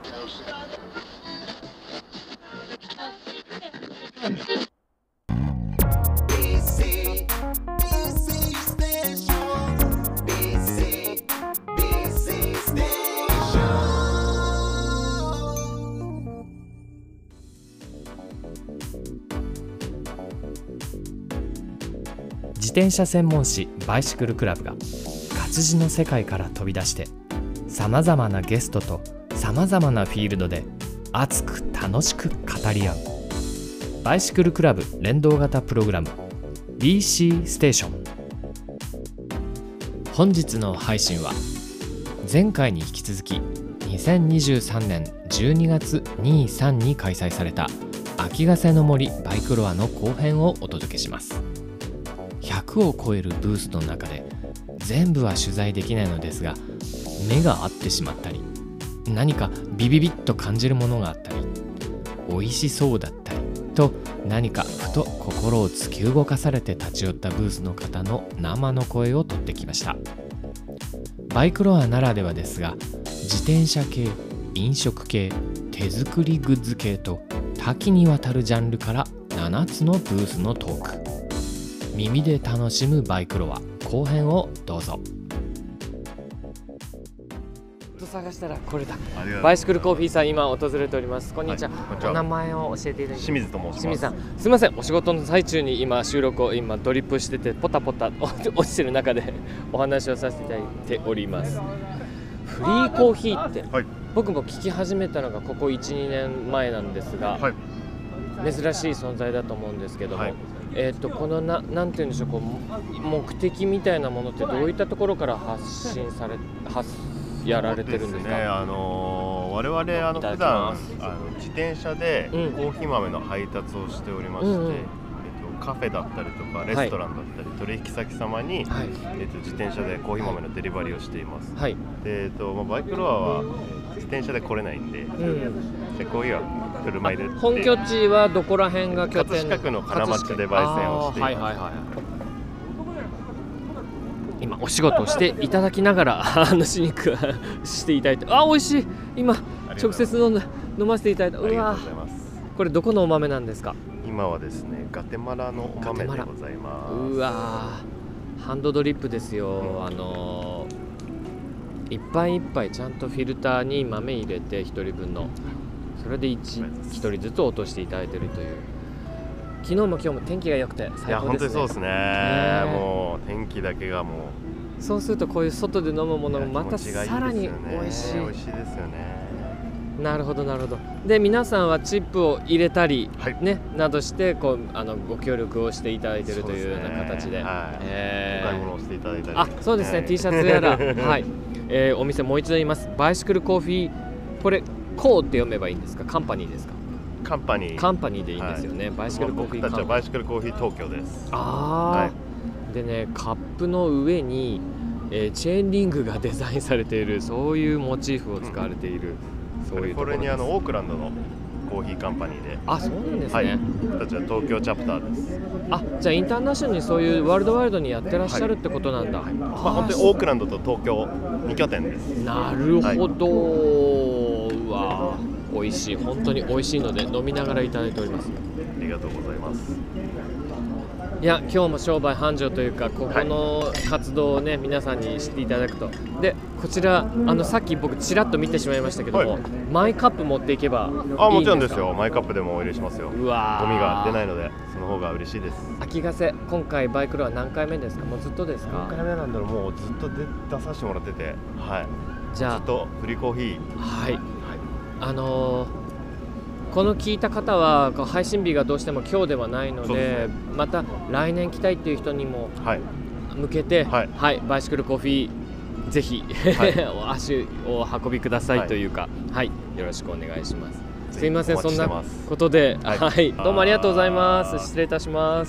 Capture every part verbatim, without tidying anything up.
自転車専門誌バイシクルクラブが活字の世界から飛び出してさまざまなゲストとさまざまなフィールドで熱く楽しく語り合うバイシクルクラブ連動型プログラム ビーシー ステーション。本日の配信は前回に引き続きにせんにじゅうさんねんじゅうにがつに、さんに開催された秋ヶ瀬の森バイクロアの後編をお届けします。ひゃくを超えるブースの中で全部は取材できないのですが、目が合ってしまったり何かビビビッと感じるものがあったり美味しそうだったりと、何かふと心を突き動かされて立ち寄ったブースの方の生の声を取ってきました。バイクロアならではですが、自転車系、飲食系、手作りグッズ系と多岐にわたるジャンルからななつのブースのトーク、耳で楽しむバイクロア後編をどうぞ。探したらこれだ。バイシクルコーヒーさん、今訪れております。こんにちは。はい、お名前を教えていただきます。 清水と申します。 清水さん、すみません、お仕事の最中に今収録を今ドリップしててポタポタ落ちてる中でお話をさせていただいております。フリーコーヒーって、はい、僕も聞き始めたのがここいち、にねんまえなんですが、はい、珍しい存在だと思うんですけども、はい、えー、とこのななんて言うんでしょう、こう目的みたいなものってどういったところから発信され発やられてるんですか？そうですね、 あのー、我々あの普段あの自転車でコーヒー豆の配達をしておりまして、うんうんうん、えっと、カフェだったりとかレストランだったり、はい、取引先様に、はい、えっと、自転車でコーヒー豆のデリバリーをしています。はい、で、えっとまあ、バイクロアは自転車で来れないんで、うん、でコーヒーは車で。 本拠地はどこら辺が拠点？ 葛飾区の金町で焙煎をしています。はいはいはい、 今お仕事をしていただきながら話にくしていただいて、あ、美味しい。今直接飲んだ飲ませていただいた。うわ、これどこのお豆なんですか？ 今はですね、ガテマラのお豆でございます。 うわ、ハンドドリップですよ、うん、あのー、一杯一杯ちゃんとフィルターに豆入れてひとりぶんの、それで 1, ひとりずつ落としていただいているという。昨日も今日も天気が良くて最高ですね。いや、 本当にそうですね、ね、もう天気だけがもう、 そうするとこういう外で飲むものもまたさらに美味しい。 美味しいですよね。 なるほどなるほど。で、皆さんはチップを入れたり、はい、ね、などしてこうあのご協力をしていただいているというような形で、 はい、えー、お買い物をしていただいたり、 あ、そうですね、えー、T シャツやらはい、えー、お店もう一度言います。バイシクルコーヒー、これコーって読めばいいんですか？カンパニーですか？ カンパニーカンパニーでいいんですよね、はい、バイシクルコーヒー。 僕たちはバイシクルコーヒー東京です。 あ、はい、でね、カップの上に、えー、チェーンリングがデザインされている、そういうモチーフを使われている、うん、そういうところです。カリフォルニアのオークランドのコーヒーカンパニーで。あ、そうなんですね、はい、僕たちは東京チャプターです。 あ、じゃあインターナショナルにそういうワールドワイドにやってらっしゃるってことなんだ、はい、 まあ、本当にオークランドと東京に拠点です。 なるほど、はい、うわ、美味しい、本当に美味しいので飲みながらいただいております。 ありがとうございます。 いや、今日も商売繁盛というか、ここの活動をね、皆さんに知っていただくと。で、こちらあのさっき僕ちらっと見てしまいましたけども、はい、マイカップ持っていけばいいんですか？ あ、もちろんですよ。マイカップでもお入れしますよ。うわ、ゴミが出ないのでその方が嬉しいです。 秋ヶ瀬、今回バイクロア何回目ですか？もうずっとですか？ 何回目なんだろう。もうずっと出出させてもらってて、はい、じゃあずっとフリーコーヒー、 はい、はい、あのーこの聞いた方は配信日がどうしても今日ではないの で, で、ね、また来年来たいっていう人にも向けて、はいはい、バイシクルコーヒーぜひ、はい、お足を運びくださいというか、はいはい、よろしくお願いします。すいません、そんなことで、はいはい、どうもありがとうございます。失礼いたします。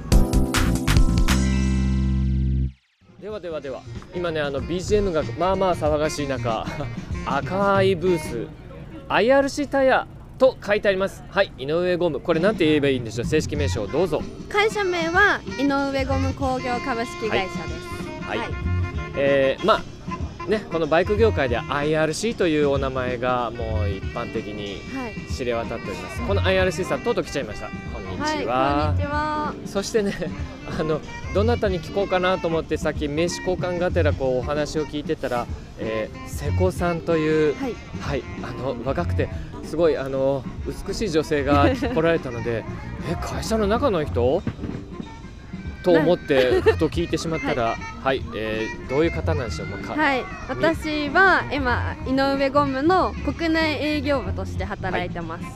ではではでは、今ね、あの ビージーエム がまあまあ騒がしい中、赤いブース アイアールシー タイヤと書いてあります。はい、井上ゴム、これなんて言えばいいんでしょう。正式名称をどうぞ。 会社名は井上ゴム工業株式会社です。 はい、はいはい、えー、まあね、このバイク業界では アイアールシー というお名前がもう一般的に知れ渡っております、はい、この アイアールシー さんとうとう来ちゃいました。こんにちは、 はい、こんにちは。 そしてね、あのどなたに聞こうかなと思ってさっき名刺交換がてらこうお話を聞いてたら、えー、瀬古さんという、はい、はい、あの若くてすごいあの美しい女性が来られたのでえ会社の中の人と思ってふと聞いてしまったら、はい、はい、えー、どういう方なんでしょうか。 はい、私は今井上ゴムの国内営業部として働いてます、はい、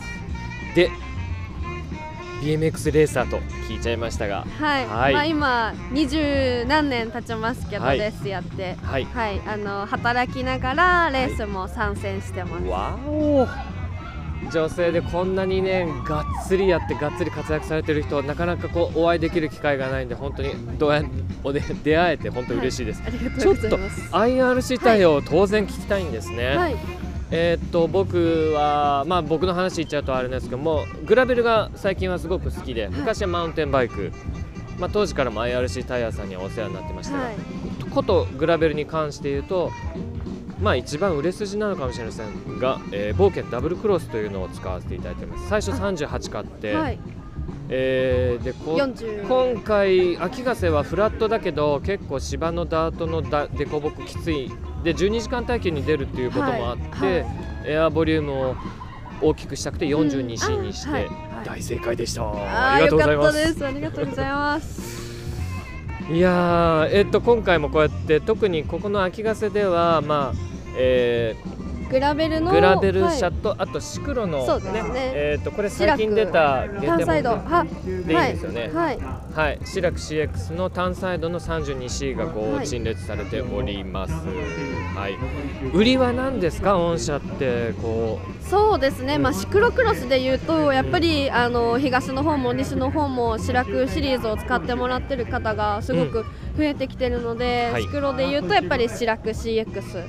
で ビーエムエックス レーサーと聞いちゃいましたが、 はい、はい、まあ、今二十何年経ちますけど、はい、レースやって、はい、はい、あの働きながらレースも参戦してます、 はい、わお、女性でこんなにねがっつりやってがっつり活躍されてる人なかなかこうお会いできる機会がないんで本当にどうやおで出会えて本当に嬉しいです、はい、ちょっと アイアールシー 対応を当然聞きたいんですね、はい、えー、っと僕はまあ僕の話言っちゃうとあれなんですけどもグラベルが最近はすごく好きで昔はマウンテンバイク、まあ、当時からも アイアールシー タイヤさんにはお世話になってましたが、はい、ことグラベルに関して言うとまあ一番売れ筋なのかもしれませんが、えー、冒険ダブルクロスというのを使わせていただいています。最初さんじゅうはち買って、はい、えー、でこ今回秋ヶ瀬はフラットだけど結構芝のダートのだデコボコきついでじゅうにじかん耐久に出るっていうこともあって、はいはい、エアボリュームを大きくしたくて よんじゅうにシー にして、うん、はい、大正解でした。あ, ありがとうございます。 ありがとうございます。 いやー、えっと今回もこうやって特にここの秋ヶ瀬ではまあえー、グラベルのグラベル車と、はい、あとシクロの、ねねえー、とこれ最近出たターンサイドでいいんですよね。はい、はい、シラク シーエックス のターンサイドの さんじゅうにシー がこう、はい、陳列されております、はい、売りは何ですか御社ってこう。 そうですね、まあ、シクロクロスでいうとやっぱりあの東の方も西の方もシラクシリーズを使ってもらってる方がすごく増えてきてるので、うん、はい、シクロでいうとやっぱりシラク シーエックス、はい、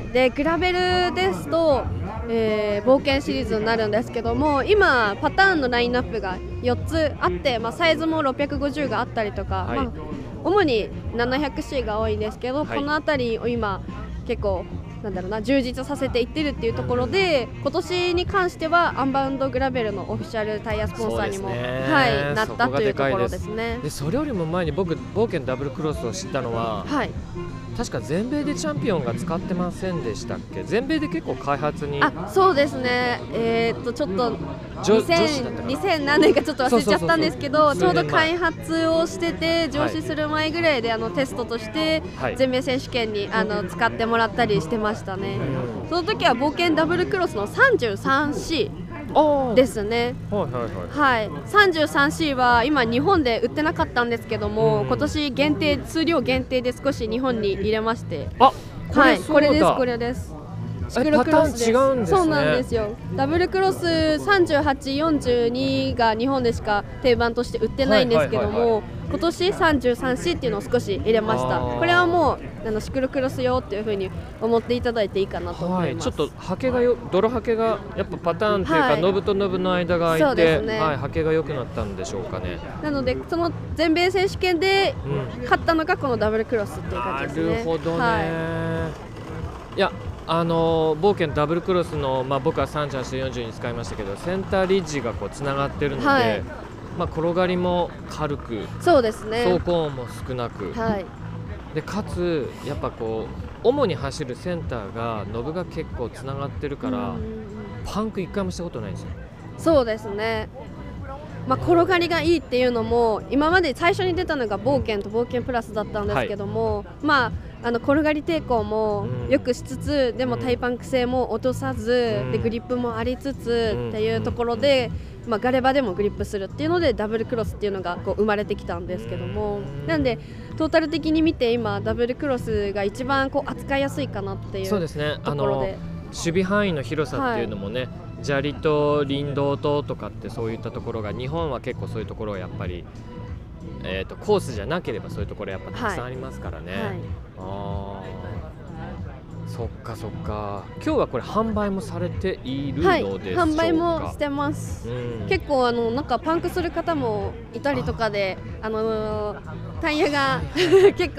でグラベルですと、えー、冒険シリーズになるんですけども今パターンのラインナップがよっつあって、まあ、サイズもろっぴゃくごじゅうがあったりとか、はい、まあ、主に ななひゃくシー が多いんですけど、はい、この辺りを今結構なんだろうな充実させていってるっていうところで今年に関してはアンバウンドグラベルのオフィシャルタイヤスポンサーにも、はい、なったというところですね。 でそれよりも前に僕冒険ダブルクロスを知ったのは、はい、確か全米でチャンピオンが使ってませんでしたっけ。全米で結構開発に。 あ、そうですね、えー、っとちょっとにせん何年かちょっと忘れちゃったんですけど、ちょうど開発をしてて上市する前ぐらいであのテストとして全米選手権にあの使ってもらったりしてましたね、うん、その時は冒険ダブルクロスの さんじゅうさんシー ですね。はいはいはい、はい、さんじゅうさんシー は今日本で売ってなかったんですけども、うん、今年限定数量限定で少し日本に入れまして、 あ、これ、 はい、これですこれです。シクロクロスです。 パターン違うんですね。 そうなんですよ。ダブルクロスさんじゅうはち、よんじゅうにが日本でしか定番として売ってないんですけども、今年 さんじゅうさんシー っていうのを少し入れました。これはもうあのシクロクロス用っていう風に思っていただいていいかなと思います。 はい、ちょっとハケがよ泥ハケがやっぱパターンっていうか、はい、ノブとノブの間が空いて、ね、はい、ハケが良くなったんでしょうかね。 なのでその全米選手権で勝ったのがこのダブルクロスっていう感じですね。 なるほどね。はい、いや。あの冒険ダブルクロスの、まあ、僕はさんじゅうはちとよんじゅうに使いましたけどセンターリッジがこうつながってるので、はい、まあ、転がりも軽く、 そうですね、 走行音も少なく、はい、でかつやっぱこう主に走るセンターがノブが結構つながってるから、パンクいっかいもしたことないんですよ。 そうですね、まあ、転がりがいいっていうのも今まで最初に出たのが冒険と冒険プラスだったんですけども、はい、まああの転がり抵抗もよくしつつ、うん、でもタイパンク性も落とさず、うん、でグリップもありつつ、うん、っていうところで、まあ、ガレ場でもグリップするっていうのでダブルクロスっていうのがこう生まれてきたんですけども、うん、なんでトータル的に見て今ダブルクロスが一番こう扱いやすいかなっていうところで、そうですね、あの守備範囲の広さっていうのもね、はい、砂利と林道ととかってそういったところが日本は結構そういうところはやっぱり、えー、とコースじゃなければそういうところやっぱたくさんありますからね、はいはい、あそっかそっか。今日はこれ販売もされているのでしょうか。 はい、販売もしてます、うん、結構あのなんかパンクする方もいたりとかで、あのー、タイヤが結構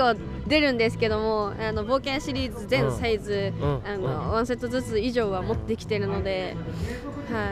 出るんですけども、あの冒険シリーズ全サイズ、うん、あの、うん、ワンセットずつ以上は持ってきてるので、はい、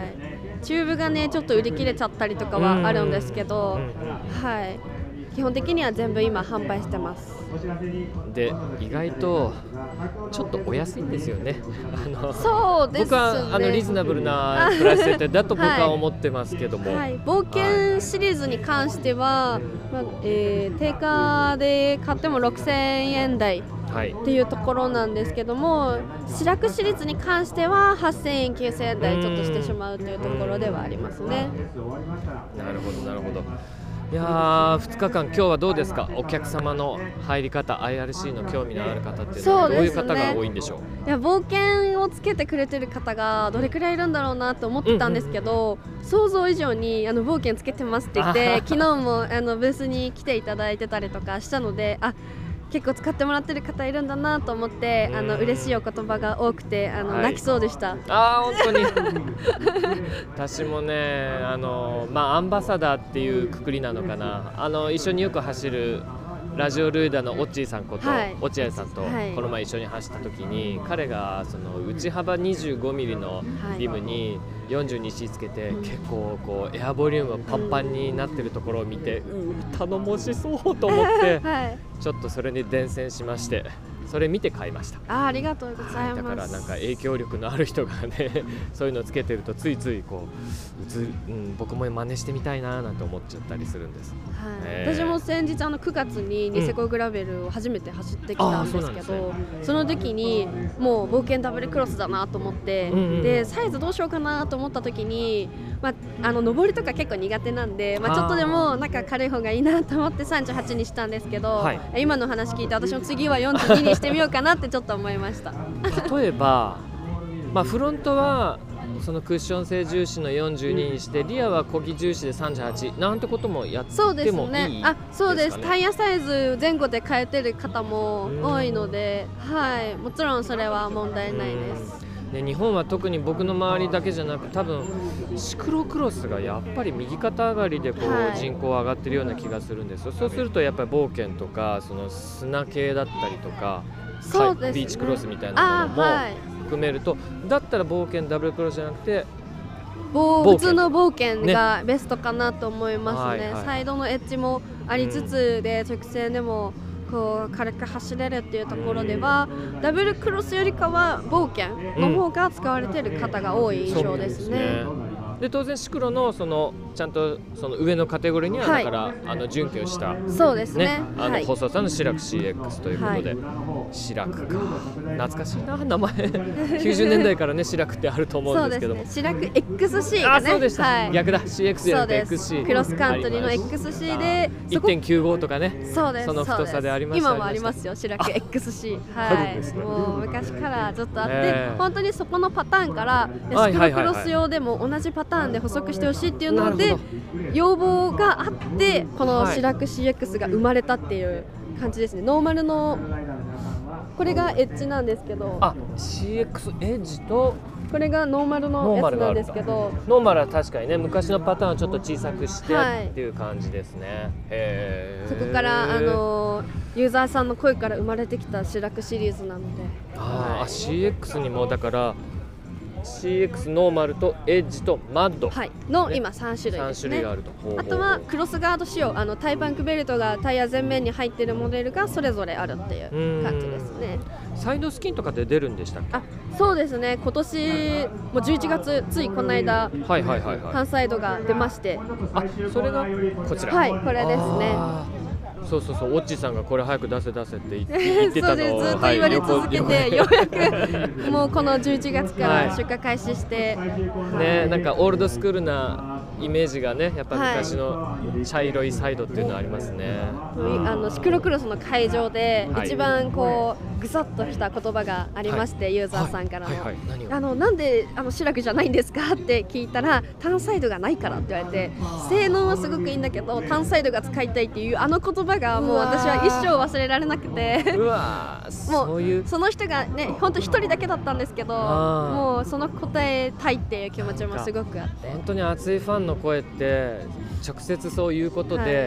チューブがねちょっと売り切れちゃったりとかはあるんですけど、はい、基本的には全部今販売してます。 で意外とちょっとお安いんですよね。あのそうですね、 僕はあのリーズナブルなプライス設定だと僕は思ってますけども、 はいはい、冒険シリーズに関しては、まあえー、定価で買ってもろくせんえん台っていうところなんですけども、シラクシリーズに関してははっせんえんきゅうせんえん台ちょっとしてしまうというところではありますね。 なるほどなるほど。いやふつかかん、今日はどうですか、お客様の入り方、 アイアールシー の興味のある方っていうのはどういう方が多いんでしょう。 いや冒険をつけてくれてる方がどれくらいいるんだろうなと思ってたんですけど、うんうんうん、想像以上にあの冒険つけてますって言って昨日もあのブースに来ていただいてたりとかしたので、あ結構使ってもらってる方いるんだなと思って、あの嬉しいお言葉が多くてあの、はい、泣きそうでした。 あ本当に私もねあの、まあ、アンバサダーっていうくくりなのかな、あの一緒によく走るラジオルーダーのオッチーさんこと、はい、落合さんとこの前一緒に走った時に、はい、彼がその内幅 にじゅうごミリ のリムに よんじゅうにシー つけて、はい、結構こうエアボリュームがパンパンになってるところを見て、うん、頼もしそうと思って、はい、ちょっとそれに伝染しまして、それ見て買いました。 あ, ありがとうございます。 だからなんか影響力のある人がねそういうのをつけてるとついついこう映る、うん、僕も真似してみたいななんて思っちゃったりするんです。はいえー、私も先日あのくがつにニセコグラベルを初めて走ってきたんですけど、うん そ, ね、その時にもう冒険ダブルクロスだなと思って、うんうん、でサイズどうしようかなと思った時に、まあ、あの上りとか結構苦手なんで、まあ、ちょっとでもなんか軽い方がいいなと思ってさんじゅうはちにしたんですけど、はい、今の話聞いて私も次はよんじゅうににしてみようかなってちょっと思いました。 例えば、まあ、フロントはそのクッション性重視のよんじゅうににして、リアは漕ぎ重視でさんじゅうはちなんてこともやってもいいですかね。そうですね。あ、そうです。 タイヤサイズ前後で変えてる方も多いので、はい、もちろんそれは問題ないです。 で日本は特に僕の周りだけじゃなく、多分シクロクロスがやっぱり右肩上がりでこう、はい、人口上がってるような気がするんですよ。そうするとやっぱり冒険とかその砂系だったりとか、 そうですね、 ビーチクロスみたいなものも含めると、はい、だったら冒険ダブルクロスじゃなくて普通の冒険がベストかなと思いますね。はいはい、サイドのエッジもありつつで、直線でもこう軽く走れるっていうところでは、ダブルクロスよりかは冒険の方が使われている方が多い印象ですね。 で当然シクロのそのちゃんとその上のカテゴリーにはだから、はい、あの準拠した、 そうですね、 あの細さのシラク シーエックス ということで、はい、シラクか懐かしいな名前きゅうじゅうねんだいからねシラクってあると思うんですけども、 そうですね、シラク エックスシー がね、 あそうでした、 はい、 逆だ シーエックス じゃなくて エックスシー、 クロスカントリーの エックスシー でいってんきゅうご とかね、 そうです、 その太さでありました。 今もありますよシラク エックスシー、はい、ね、もう昔からずっとあって、えー、本当にそこのパターンからシクロクロス用でも同じパターンで補足してほしいっていうので要望があってこのシラク シーエックス が生まれたっていう感じですね。ノーマルのこれがエッジなんですけど、 あ シーエックス エッジとこれがノーマルのやつなんですけど、 ノーマルは確かにね昔のパターンをちょっと小さくしてっていう感じですね。はい、へそこからあのユーザーさんの声から生まれてきたシラクシリーズなので、 あ、はい、シーエックス にもだからシーエックス ノーマルとエッジとマッド、 はい、の今さんしゅるいですね。さん種類あると。あとはクロスガード仕様、あのタイパンクベルトがタイヤ前面に入っているモデルがそれぞれあるっていう感じですね。 サイドスキンとかで出るんでしたっけ？ あ、そうですね。今年もうじゅういちがつついこの間、はいはいはいはい、単サイドが出まして、 あ、それがこちら。 はい、これですね。 そうそうそう、オッチーさんがこれ早く出せ出せって言ってたのをずっと言われ続けて、はい、ようやくもうこのじゅういちがつから出荷開始して、はい、 ね、なんかオールドスクールなイメージがね、やっぱ昔の茶色いサイドっていうのはありますね。 はい、あのシクロクロスの会場で一番こうぐさっとした言葉がありまして、はい、ユーザーさんからの、はいはいはい、あのなんであのシラクじゃないんですかって聞いたら、単サイドがないからって言われて、性能はすごくいいんだけど単サイドが使いたいっていうあの言葉がもう私は一生忘れられなくて、うわもうそういうその人がね本当一人だけだったんですけど、もうその答えたいっていう気持ちもすごくあって、 本当に熱いファンの声って直接そういうことで、はい、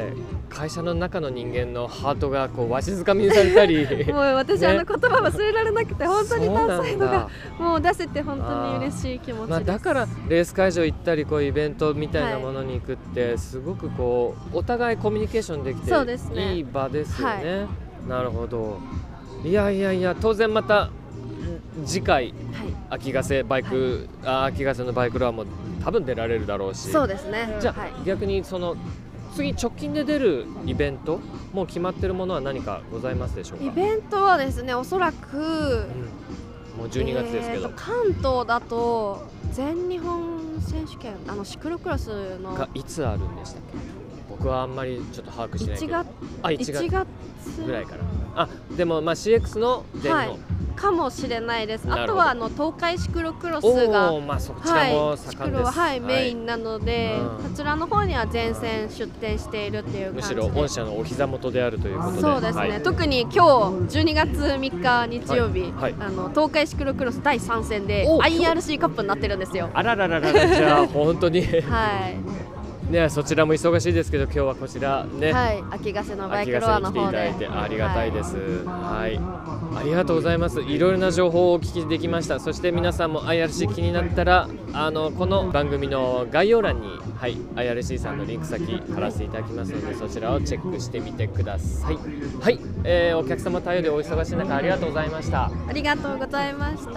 会社の中の人間のハートがこうわしづかみにされたりもう私、ね、あの言葉忘れられなくて本当にダンサイドがもう出せて本当に嬉しい気持ちです。 まあ、だからレース会場行ったりこうイベントみたいなものに行くってすごくこうお互いコミュニケーションできていい場ですよね。はい、なるほど。いやいやいや、当然また次回、はい、秋ヶ瀬バイク、はい、あ秋ヶ瀬のバイクロアも多分出られるだろうし。 そうですね。 じゃあ、はい、逆にその次直近で出るイベントもう決まってるものは何かございますでしょうか？ イベントはですね、おそらく、うん、 もうじゅうにがつですけど、 えー、関東だと全日本選手権、あのシクロクロスのがいつあるんでしたっけ？僕はあんまりちょっと把握しないけど、いちがつ、 あ、いちがつぐらいから。あ、でもまあ シーエックス の全日本、はい、 かもしれないです。あとはあの東海シクロクロスが、 まあ、そちらも盛んです。 はい、はい、メインなので、うん、そちらの方には全線出店しているっていう感じで、 むしろ御社のお膝元であるということで、 そうですね、はい、特に今日じゅうにがつみっか日曜日、はいはい、あの東海シクロクロスだいさん戦で アイアールシー カップになってるんですよ。 あららららら、じゃあ本当にはいね、そちらも忙しいですけど、今日はこちらね、 はい、秋ヶ瀬のバイクロアの方で来ていただいてありがたいです。はい、はい、ありがとうございます。いろいろな情報をお聞きできました。そして皆さんも アイアールシー 気になったら、あのこの番組の概要欄に、はい、アイアールシー さんのリンク先貼らせていただきますので、そちらをチェックしてみてください。はい、えー、お客様対応でお忙しい中ありがとうございました。 ありがとうございました。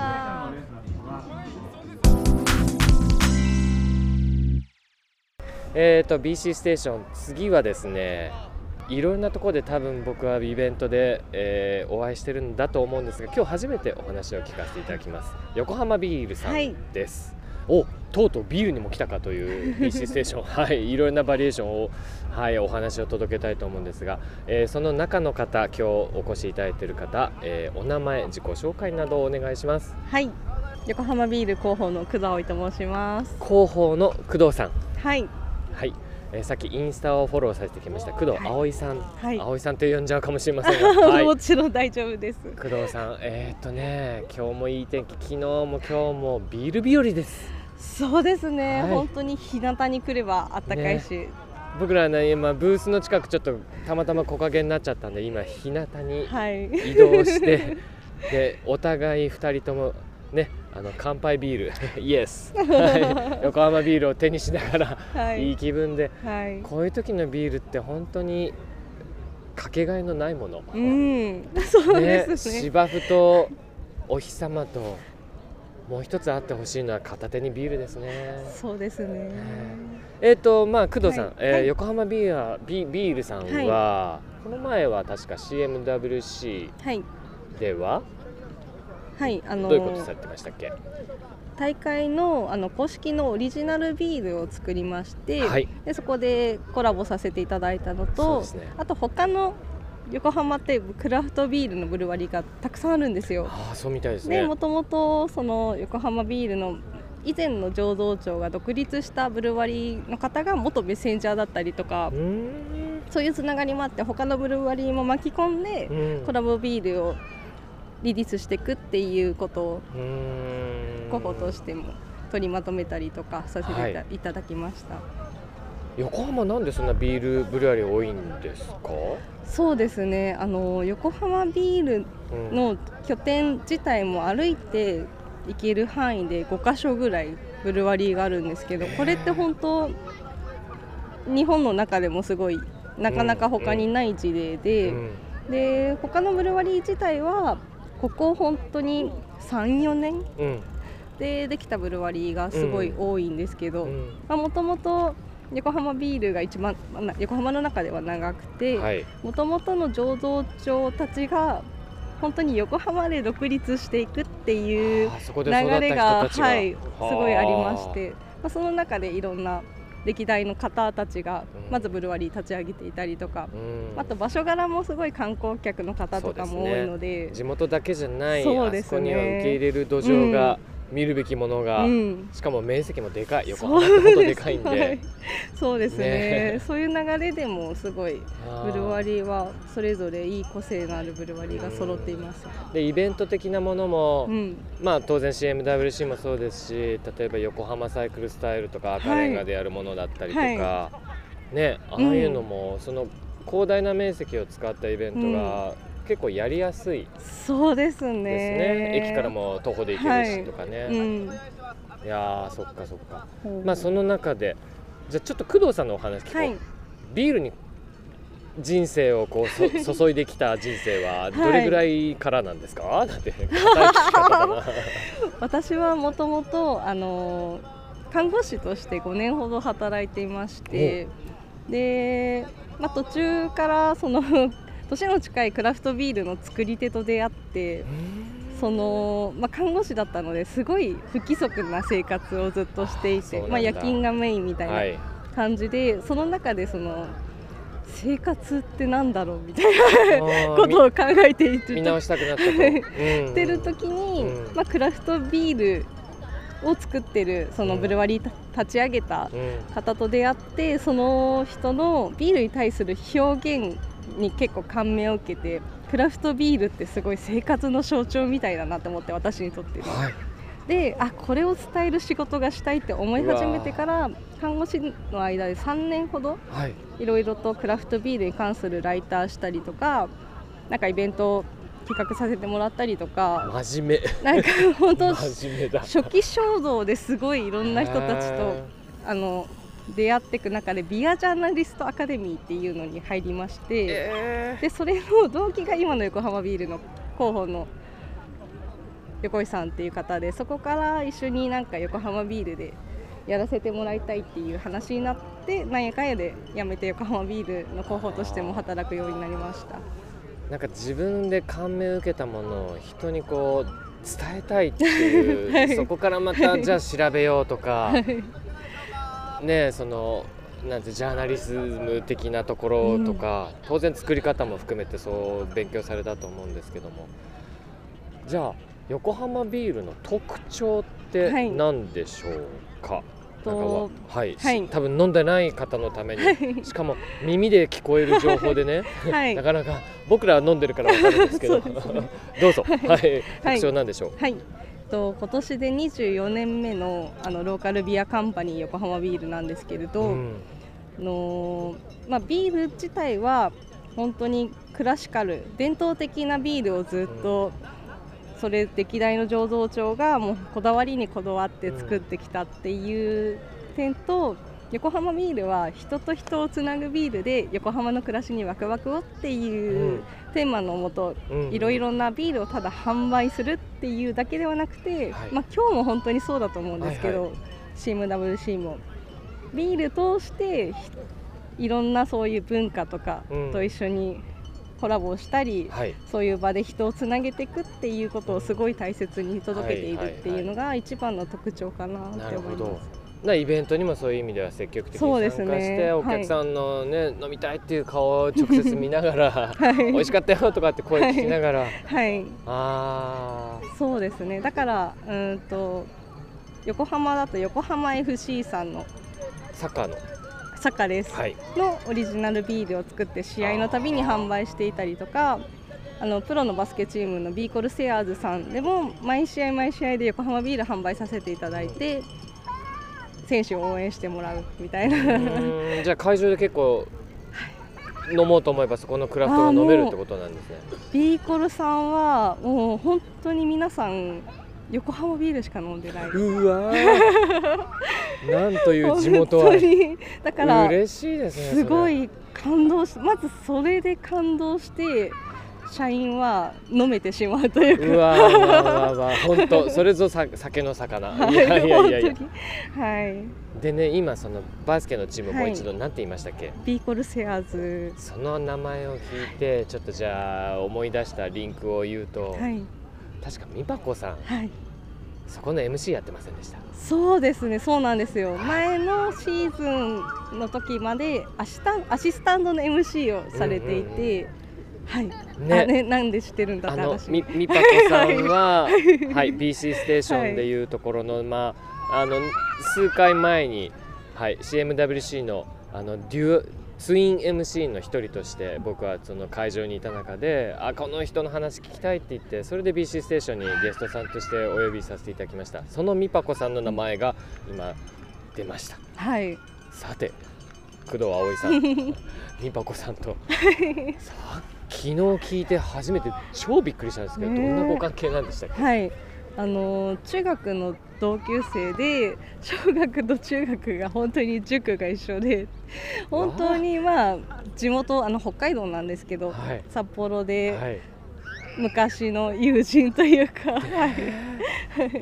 えーと ビーシー ステーション、次はですね、いろんなところで多分僕はイベントで、えー、お会いしてるんだと思うんですが、今日初めてお話を聞かせていただきます。横浜ビールさんです。はい、お、とうとうビールにも来たかという ビーシー ステーションはい、いろんなバリエーションを、はい、お話を届けたいと思うんですが、えー、その中の方、今日お越しいただいている方、えー、お名前、自己紹介などをお願いします。 はい、横浜ビール広報の工藤葵と申します。 広報の工藤さん。 はいはい、えー、さっきインスタをフォローさせてきました工藤葵さん、はい、葵さんと呼んじゃうかもしれませんが、はい、 もちろん大丈夫です。 工藤さん、えー、っとね今日もいい天気、昨日も今日もビール日和です。 そうですね、はい、本当に日向に来ればあったかいし、ね、 僕らね今ブースの近くちょっとたまたま木陰になっちゃったんで、今日向に移動して、はい、でお互いふたりともね、あの乾杯ビールイエス、はい、横浜ビールを手にしながら、はい、いい気分で、はい、こういう時のビールって本当にかけがえのないもの、 うん、そうですね。 芝生とお日様ともう一つあってほしいのは片手にビールですね。 そうですね。 えっ、ー、とまあ工藤さん、はい、えーはい、横浜ビーラビビールさんは、はい、この前は確か シーエムダブリューシー では、はいはい、あのー、 どういうことされてましたっけ？ 大会 の, あの公式のオリジナルビールを作りまして、はい、でそこでコラボさせていただいたのと、ね、あと他の横浜ってクラフトビールのブルワリーがたくさんあるんですよ。 あ、そうみたいですね。 もともとその横浜ビールの以前の醸造長が独立したブルワリーの方が元メッセンジャーだったりとか、うーん、そういうつながりもあって他のブルワリーも巻き込んでコラボビールをリリースしていくっていうことを候補としても取りまとめたりとかさせてい た,、はい、いただきました。 横浜なんでそんなビールブルワリー多いんですか？ そうですね、あの横浜ビールの拠点自体も歩いて行ける範囲でごかしょぐらいブルワリーがあるんですけど、これって本当日本の中でもすごいなかなか他にない事例で、うんうん、で他のブルワリー自体はここ本当に さん,よ 年、うん、でできたブルワリーがすごい多いんですけど、もともと横浜ビールが一番横浜の中では長くて、もともとの醸造長たちが本当に横浜で独立していくっていう流れが、はい、すごいありまして、まあ、その中でいろんな歴代の方たちがまずブルワリー立ち上げていたりとか、うん、あと場所柄もすごい観光客の方とかも多いの で, で、ね、地元だけじゃない、そうですね、あそこには受け入れる土壌が、うん、見るべきものが、うん、しかも面積もでかい、横浜ってほどでかいんで、はい、 そうです ね, ねそういう流れでもすごいブルワリーはそれぞれいい個性のあるブルワリーが揃っています。 でイベント的なものも、うん、まあ、当然 シーエムダブリューシー もそうですし、例えば横浜サイクルスタイルとか赤レンガでやるものだったりとか、はいはい、ね、ああいうのも、うん、その広大な面積を使ったイベントが、うん、結構やりやすいそうですね。 ですね。駅からも徒歩で行けるしとかね、はい、うん、いやーそっかそっか、うん、まあその中でじゃあちょっと工藤さんのお話聞こう、はい、ビールに人生をこうそ注いできた人生はどれぐらいからなんですか、はい、なんて硬い聞き方だな私はもともとあの看護師としてごねんほど働いていまして、で、まあ、途中からその年の近いクラフトビールの作り手と出会って、その、まあ、看護師だったのですごい不規則な生活をずっとしていて、まあ、夜勤がメインみたいな感じで、はい、その中でその生活ってなんだろうみたいなことを考えていて見直したくなったとてる時に、うん、まあ、クラフトビールを作ってるそのブルワリー立ち上げた方と出会って、その人のビールに対する表現に結構感銘を受けて、クラフトビールってすごい生活の象徴みたいだなと思って、私にとって、はい、で、あ、これを伝える仕事がしたいって思い始めてから、看護師の間でさんねんほど、はい、いろいろとクラフトビールに関するライターしたりとか、なんかイベントを企画させてもらったりとか、 真面目なんか本当初期衝動ですごいいろんな人たちとあの出会っていく中で、ビアジャーナリストアカデミーっていうのに入りまして、えー、でそれの動機が今の横浜ビールの広報の横井さんっていう方で、そこから一緒になんか横浜ビールでやらせてもらいたいっていう話になって、なんやかんやで辞めて横浜ビールの広報としても働くようになりました。 なんか自分で感銘を受けたものを人にこう伝えたいっていう、はい、そこからまたじゃあ調べようとか、はい、ね、そのなんてジャーナリズム的なところとか、うん、当然作り方も含めてそう勉強されたと思うんですけども、じゃあ横浜ビールの特徴って何でしょうか。はい、とはい、はい、多分飲んでない方のために、はい、しかも耳で聞こえる情報でね、はい、なかなか僕らは飲んでるから分かるんですけどどうぞ、はい、はい、特徴なんでしょう。 はい、と今年でにじゅうよねんめ の, あのローカルビアカンパニー横浜ビールなんですけれど、うん、のまあ、ビール自体は本当にクラシカル伝統的なビールをずっと、うん、それ歴代の醸造長がもうこだわりにこだわって作ってきたっていう点と、うん、横浜ビールは人と人をつなぐビールで横浜の暮らしにワクワクをっていうテーマのもと、いろいろなビールをただ販売するっていうだけではなくて、はい、まあ、今日も本当にそうだと思うんですけど、はいはい、シーエムダブリューシー もビール通していろんなそういう文化とかと一緒にコラボしたり、うん、はい、そういう場で人をつなげていくっていうことをすごい大切に届けているっていうのが一番の特徴かなって思います。 なイベントにもそういう意味では積極的に参加して、ね、お客さんの、ね、はい、飲みたいっていう顔を直接見ながら、はい、美味しかったよとかって声聞きながら、はい、はい、あそうですね。だからうんと横浜だと横浜 エフシー さんのサッカーのサッカーです、はい、のオリジナルビールを作って試合のたびに販売していたりとか、あのプロのバスケチームのビーコルセアーズさんでも毎試合毎試合で横浜ビール販売させていただいて、うん、選手を応援してもらうみたいな。 うんじゃあ会場で結構飲もうと思えばそこのクラフトが飲めるってことなんですね。 ビーコルさんはもう本当に皆さん横浜ビールしか飲んでない。 うわなんという地元はだから嬉しいですね。 すごい感動し、まずそれで感動して社員は飲めてしまうというか、 うわーわわわ本当それぞさ酒の魚、はい、いやいやいやいや、はい、でね、今そのバスケのチームもう一度何て言いましたっけ、はい、 ビーコルセアーズ。 その名前を聞いてちょっとじゃあ思い出したリンクを言うと、はい、確かみぱこさん、はい、そこの エムシー やってませんでした？ そうですね、そうなんですよ。前のシーズンの時までアシタアシスタントの エムシー をされていて、うんうんうん、はい、ね、あね、なんで知ってるんだって話。 みみぱこさんは、はい、はい、ビーシー ステーションでいうところの、はい、まあ、あの数回前に、はい、シーエムダブリューシー の, あのデュツイン エムシー の一人として僕はその会場にいた中で、あ、この人の話聞きたいって言って、それで ビーシー ステーションにゲストさんとしてお呼びさせていただきました。そのみぱこさんの名前が今出ました。 はい、 さて工藤葵さんみぱこさんとさ昨日聞いて初めて超びっくりしたんですけど、どんなご関係なんでしたっけ？ はい、あの中学の同級生で小学と中学が本当に塾が一緒で、本当にまあ地元あの北海道なんですけど、はい、札幌で、はい、昔の友人というか、はい、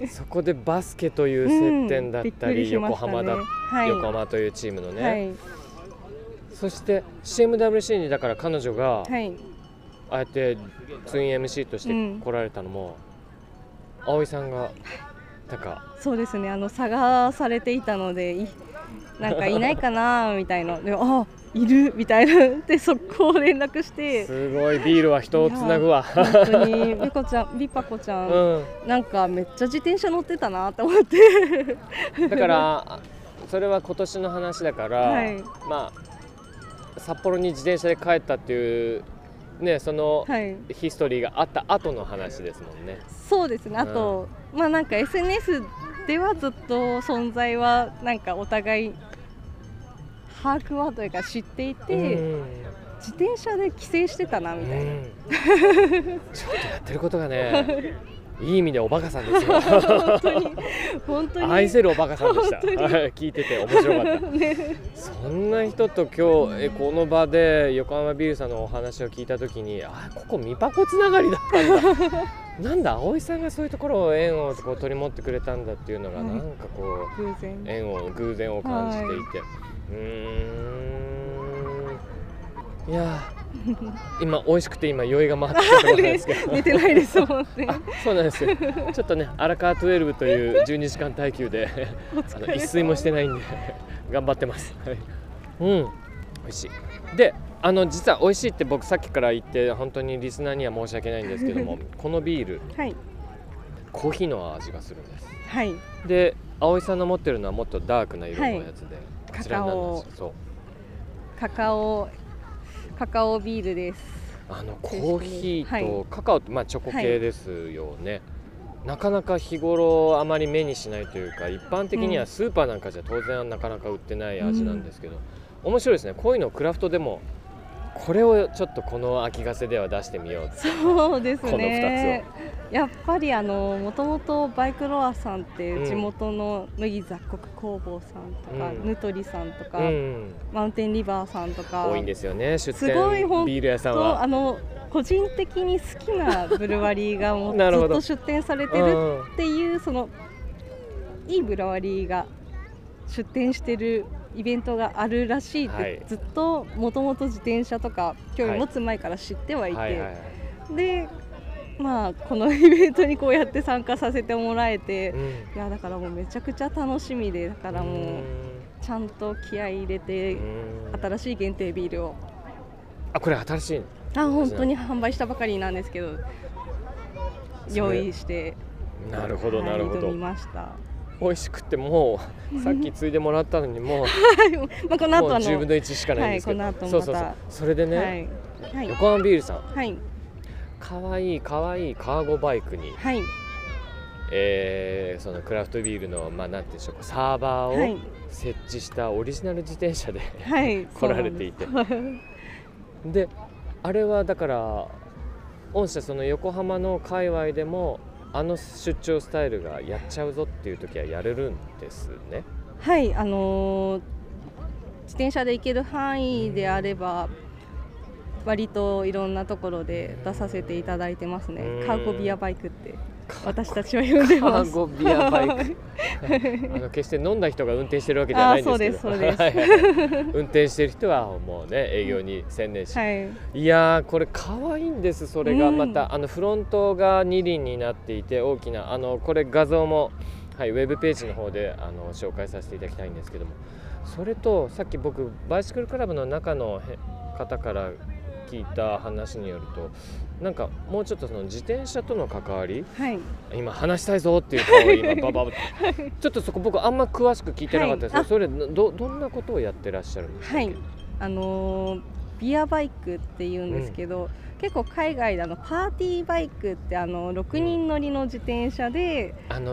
そこでバスケという接点だったり、うんね、横浜だ、はい、横浜というチームのね、はい、そして シーエムダブリューシー にだから彼女が、はい、ああやってツイン エムシー として来られたのも、うん、葵さんがなんかそうですね、あの探されていたのでなんかいないかなみたいなであいるみたいなで速攻連絡して、 すごいビールは人をつなぐわ本当にみこちゃんみぱこちゃん、うん、なんかめっちゃ自転車乗ってたなと思ってだからそれは今年の話だから、はい、まあ札幌に自転車で帰ったっていうね、そのヒストリーがあった後の話ですもんね。 そうですね。あと、うん、まあなんか エスエヌエス ではずっと存在はなんかお互い把握はというか知っていて、うん、自転車で帰省してたなみたいな、うん、 ちょっとやってることがねいい意味でおバカさんですよ本当に本当に愛せるおバカさんでした、はい、聞いてて面白かった、ね、そんな人と今日えこの場で横浜ビールさんのお話を聞いたときに、あここみぱこつながりだったんだなんだ葵さんがそういうところを縁をこう取り持ってくれたんだっていうのがなんかこう、 偶然縁を偶然を感じていて、はい、うーんいや今美味しくて今酔いが回ってるところなんですけど寝てないですもんねそうなんですよちょっとね荒川じゅうにというじゅうにじかん耐久であの一睡もしてないんで頑張ってます、はい、うん美味しいであの実は美味しいって僕さっきから言って本当にリスナーには申し訳ないんですけどもこのビール、はい、コーヒーの味がするんです、はい、で葵さんの持ってるのはもっとダークな色のやつで、はい、こちらになるんですよ。そうカカオカカオビールです。 あのコーヒーとカカオって、まあ、チョコ系ですよね、はい、なかなか日頃あまり目にしないというか一般的にはスーパーなんかじゃ当然なかなか売ってない味なんですけど、うん、面白いですね。こういうのをクラフトでもこれをちょっとこの秋ガセでは出してみよう。 そうですね、このふたつをやっぱりあのもともとバイクロアさんって地元の麦雑穀工房さんとか、うん、ヌトリさんとか、うん、マウンテンリバーさんとか多いんですよね。出店ビール屋さんはあの個人的に好きなブルワリーがもうずっと出店されてるっていうそのいいブルワリーが出店してるイベントがあるらしいって、はい、ずっともともと自転車とか興味持つ前から知ってはいて、はいはいはい、でまあこのイベントにこうやって参加させてもらえて、うん、いやだからもうめちゃくちゃ楽しみで、だからもうちゃんと気合い入れて新しい限定ビールをあこれ新しいあ本当に販売したばかりなんですけど用意してなるほどなるほど、 挑みました。 美味しくてもうさっきついでもらったのにもう、 まあこの後もうじゅうぶんのいちしかないんですけど、はい、この後またそうそうそうそれでね、はい、横浜ビールさん、はい、かわいいかわいいカーゴバイクに、はいえー、そのクラフトビールのまあなんていうんでしょうかサーバーを設置したオリジナル自転車で、はい、来られていてであれはだから御社その横浜の界隈でもあの出張スタイルがやっちゃうぞっていう時はやれるんですね。 はい、あのー、自転車で行ける範囲であれば割といろんなところで出させていただいてますね。カーゴビアバイクって私たちは呼んでます。 カーゴビアバイクあの決して飲んだ人が運転してるわけじゃないんですけど、 そうですそうです運転してる人はもうね営業に専念し、はい、いやーこれ可愛いんです。それがまた、うん、あのフロントが二輪になっていて大きなあのこれ画像も、はい、ウェブページの方であの紹介させていただきたいんですけども、それとさっき僕バイシクルクラブの中の方から聞いた話によるとなんかもうちょっとその自転車との関わり、はい、今話したいぞっていう顔を今バババッちょっとそこ僕あんま詳しく聞いてなかったですけど、はい、それ ど, どんなことをやってらっしゃるんですか？はい、 あのー、ビアバイクっていうんですけど、うん、結構海外であのパーティーバイクってあのろくにん乗りの自転車で、 うん、あの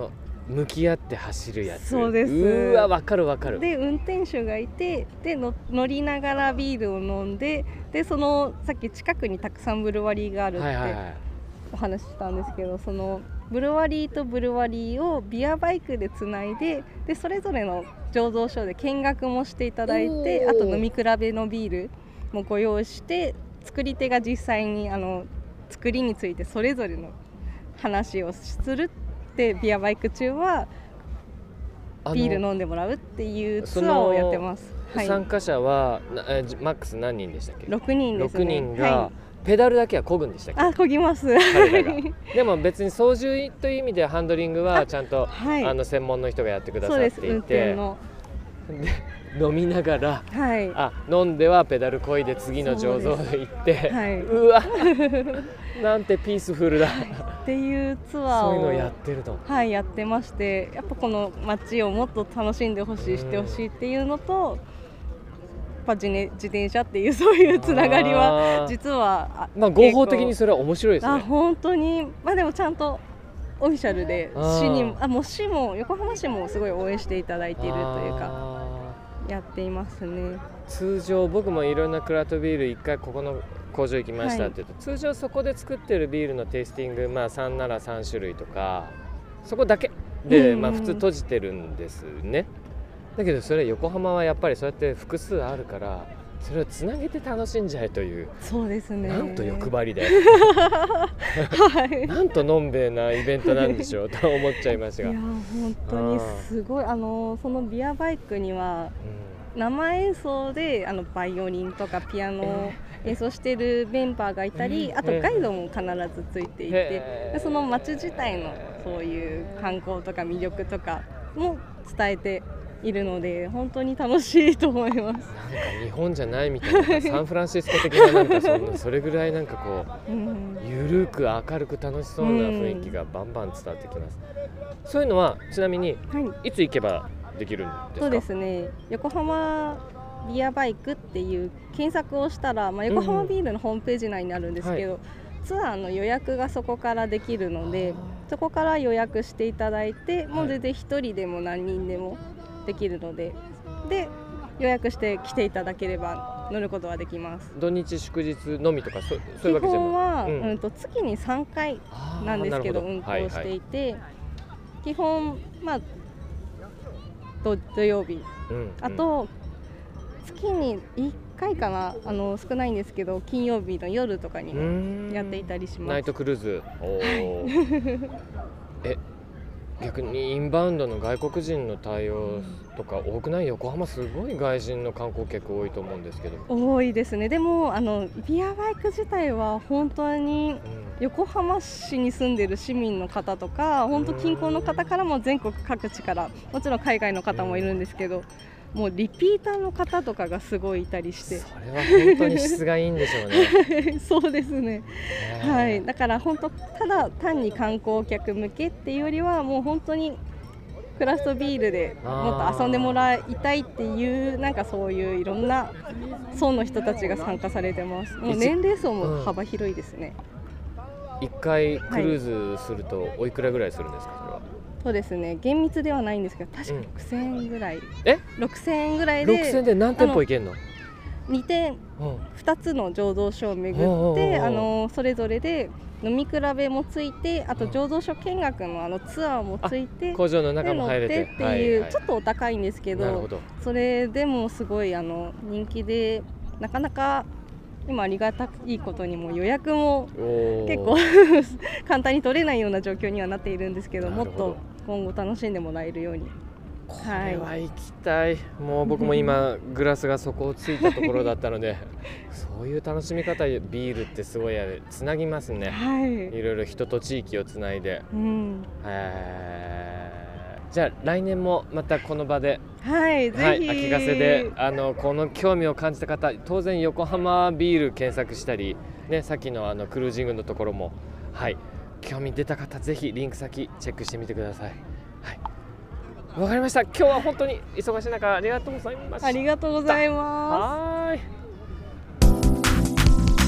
向き合って走るやつ。 そうです。 うわ、わかるわかる。 で運転手がいて、での乗りながらビールを飲んで、でそのさっき近くにたくさんブルワリーがあるってお話ししたんですけど、そのブルワリーとブルワリーをビアバイクでつないで、でそれぞれの醸造所で見学もしていただいて、あと飲み比べのビールもご用意して、作り手が実際にあの作りについてそれぞれの話をするって、ビアバイク中はビール飲んでもらうっていうツアーをやってます。 はい、参加者はマックス何人でしたっけ？ ろくにんですね。 ろくにんがペダルだけは漕ぐんでしたっけ？ あ、漕ぎます。 でも別に操縦という意味でハンドリングはちゃんと あ,、はい、あの専門の人がやってくださっていて、そうです、運転ので飲みながら、はい、あ飲んではペダル漕いで次の醸造へ行って、はい、うわなんてピースフルだっていうツアーをそういうのをやってると、 はい、やってまして、やっぱこの街をもっと楽しんでほしい、してほしいっていうのと、やっぱ自転車っていうそういうつながりは実はまあ合法的にそれは面白いですね。 あ本当に、まあ、でもちゃんとオフィシャルで市にあもう市も横浜市もすごい応援していただいているというかやっていますね。 通常僕もいろんなクラフトビール一回ここの工場行きましたって言うと、はい、通常そこで作ってるビールのテイスティング、まあさんならさん種類とかそこだけで、まあ、普通閉じてるんですね。だけどそれ横浜はやっぱりそうやって複数あるからそれをつなげて楽しんじゃえという、 そうですね、 なんと欲張りで、はい、なんとのんべえなイベントなんでしょうと思っちゃいますが、 いや本当にすごい、あのそのビアバイクには、うん、生演奏であのバイオリンとかピアノを演奏しているメンバーがいたり、あとガイドも必ずついていて、でその街自体のそういう観光とか魅力とかも伝えているので本当に楽しいと思います。なんか日本じゃないみたいなサンフランシスコ的ななんか そ, んなそれぐらいなんかこう、うん、ゆるく明るく楽しそうな雰囲気がバンバン伝わってきます、うん、そういうのはちなみに、はい、いつ行けばできるんですか？ そうですね、横浜ビアバイクっていう検索をしたら、まあ、横浜ビールのホームページ内になるんですけど、うんはい、ツアーの予約がそこからできるのでそこから予約していただいて、もう全然ひとりでも何人でもできるので、で予約して来ていただければ乗ることができます。 土日祝日のみとか そ, そういうわけじゃない？基本は、うんうん、と月にさんかいなんですけど運行していて、はいはい、基本、まあ、土, 土曜日、うん、あと月にいっかいかな、あの少ないんですけど金曜日の夜とかにもやっていたりします。 ナイトクルーズ。おーえ逆にインバウンドの外国人の対応とか多くない？横浜すごい外人の観光客多いと思うんですけど。 多いですね。でもあのビアバイク自体は本当に横浜市に住んでる市民の方とか本当近郊の方からも全国各地から、もちろん海外の方もいるんですけど、もうリピーターの方とかがすごいいたりして、 それは本当に質がいいんでしょうね。 そうですね、はい、だから本当ただ単に観光客向けっていうよりはもう本当にクラフトビールでもっと遊んでもらいたいっていう、なんかそういういろんな層の人たちが参加されてます。もう年齢層も幅広いですね。 いっかいクルーズするとおいくらぐらいするんですか？それは。 そうですね、厳密ではないんですけど確かろくせんえんぐらい、うん、 えろくせんえんぐらいでろくせんえんで何店舗行けんの？ にてん、ふたつの醸造所を巡ってあのそれぞれで飲み比べもついて、あと醸造所見学のあのツアーもついて工場の中も入れてっていう、はいはい、ちょっとお高いんですけ ど, どそれでもすごいあの人気で、なかなか今ありがたいことにも予約も結構簡単に取れないような状況にはなっているんですけど、もっと今後楽しんでもらえるように。 これは行きたい。もう僕も今グラスが底をついたところだったのでそういう楽しみ方、ビールってすごいつなぎますね、はい、いろいろ人と地域をつないで、うん、えー、じゃあ来年もまたこの場で、 はい、ぜひ、 はい、秋ヶ瀬であのこの興味を感じた方、当然横浜ビール検索したり、ね、さっき の, あのクルージングのところも、はい、興味出た方ぜひリンク先チェックしてみてください。はい、わかりました。今日は本当に忙しい中ありがとうございました。 ありがとうございます。はい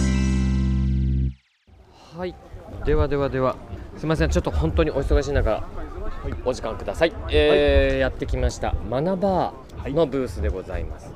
はい、ではではではすみません、ちょっと本当にお忙しい中お時間ください。えーはい、やってきましたマナバーのブースでございます。はい、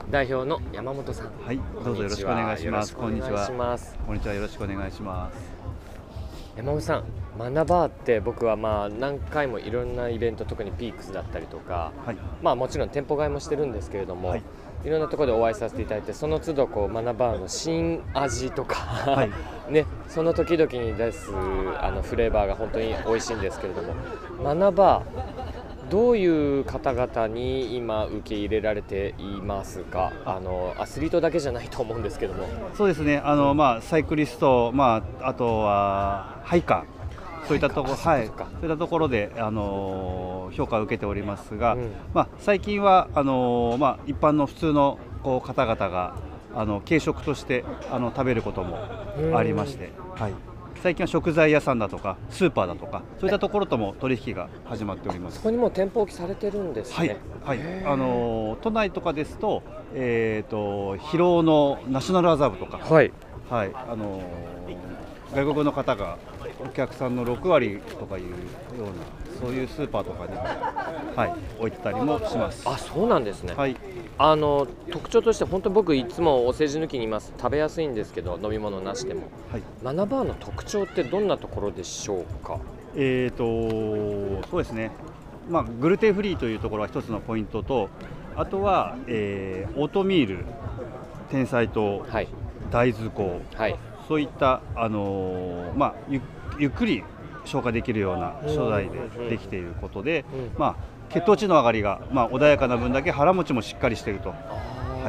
代表の山本さん、 はい、どうぞよろしくお願いします。 こんにちは。 こんにちは、よろしくお願いします。 山本さん、マナバーって僕はまあ何回もいろんなイベント、特にピークスだったりとか、はい、まあもちろん店舗買いもしてるんですけれども、はい、いろんなところでお会いさせていただいて、その都度こうマナバーの新味とか、はいね、その時々に出すあのフレーバーが本当に美味しいんですけれども、マナバーどういう方々に今受け入れられていますか？あのアスリートだけじゃないと思うんですけども。 そうですね、あの、うん、まあ、サイクリスト、まあ、あとはハイカー、そういったところ、はい、そういったところで、あのー、評価を受けておりますが、うん、まあ、最近はあのーまあ、一般の普通のこう方々があの軽食としてあの食べることもありまして、はい、最近は食材屋さんだとかスーパーだとかそういったところとも取引が始まっております。 そこにも店舗置きされてるんですね。 はい、はい、あのー、都内とかですと、えーと、広尾のナショナルアザーブとか、はいはい、あのー、外国の方がお客さんのろくわりとかいうようなそういうスーパーとかに、はい、置いてたりもします。 あ、そうなんですね。 はい、 あの特徴として本当に僕いつもお世辞抜きにいます。食べやすいんですけど飲み物なしでも、はい、マナバーの特徴ってどんなところでしょうか？ えーとそうですね、まあ、グルテンフリーというところが一つのポイントと、あとは、えー、オートミール、天才糖、はい、大豆粉、はい、そういった、あのーまあ、ゆ, ゆっくり消化できるような素材でできていることで、うんうんうん、まあ、血糖値の上がりが、まあ、穏やかな分だけ腹持ちもしっかりしていると、はい、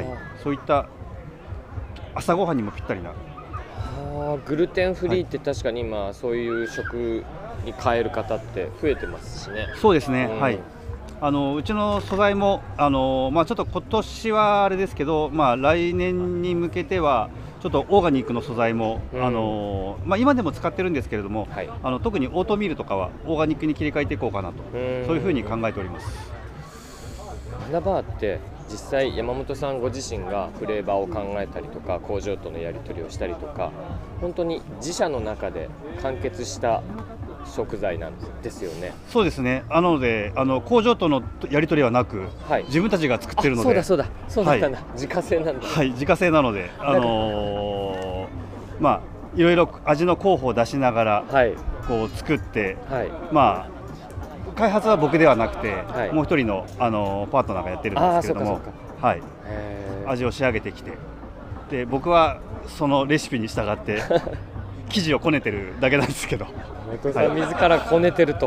そういった朝ごはんにもぴったりな。 あ、グルテンフリーって確かに今、はい、そういう食に変える方って増えてますしね。 そうですね、うん、はい、あのうちの素材もあの、まあ、ちょっと今年はあれですけど、まあ、来年に向けてはちょっとオーガニックの素材も、うん、あのまあ、今でも使ってるんですけれども、はい、あの特にオートミールとかはオーガニックに切り替えていこうかなと、そういうふうに考えております。 マナバーって実際山本さんご自身がフレーバーを考えたりとか工場とのやり取りをしたりとか、本当に自社の中で完結した食材なんですよね。 そうですね。なのであの工場とのやり取りはなく、はい、自分たちが作ってるので。 そうだそうだそうだったんだ、はい、自家製なんだ。 はい、自家製なので、あのー、まあいろいろ味の候補を出しながら、はい、こう作って、はい、まあ開発は僕ではなくて、はい、もう一人の、あのー、パートナーがやってるんですけれども、はい、味を仕上げてきて、で僕はそのレシピに従って生地をこねてるだけなんですけど。 山本さん自らこねてると、はい、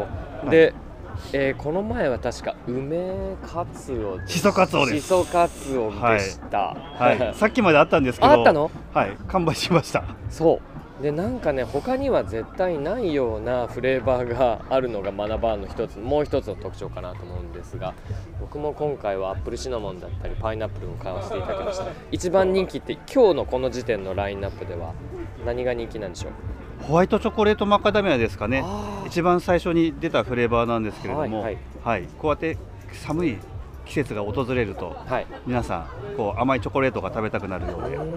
で、えー、この前は確か梅かつお、 しそかつおです。 しそかつおでした、 はいはい、さっきまであったんですけど、 あったの？ はい、完売しました。 そうで、なんかね、他には絶対ないようなフレーバーがあるのがマナバーの一つ、もう一つの特徴かなと思うんですが、僕も今回はアップルシナモンだったりパイナップルを買わせていただきました。一番人気って今日のこの時点のラインナップでは何が人気なんでしょう？ ホワイトチョコレートマカダミアですかね。一番最初に出たフレーバーなんですけれども、はいはいはい、こうやって寒い季節が訪れると、はい、皆さんこう甘いチョコレートが食べたくなるようで、はい、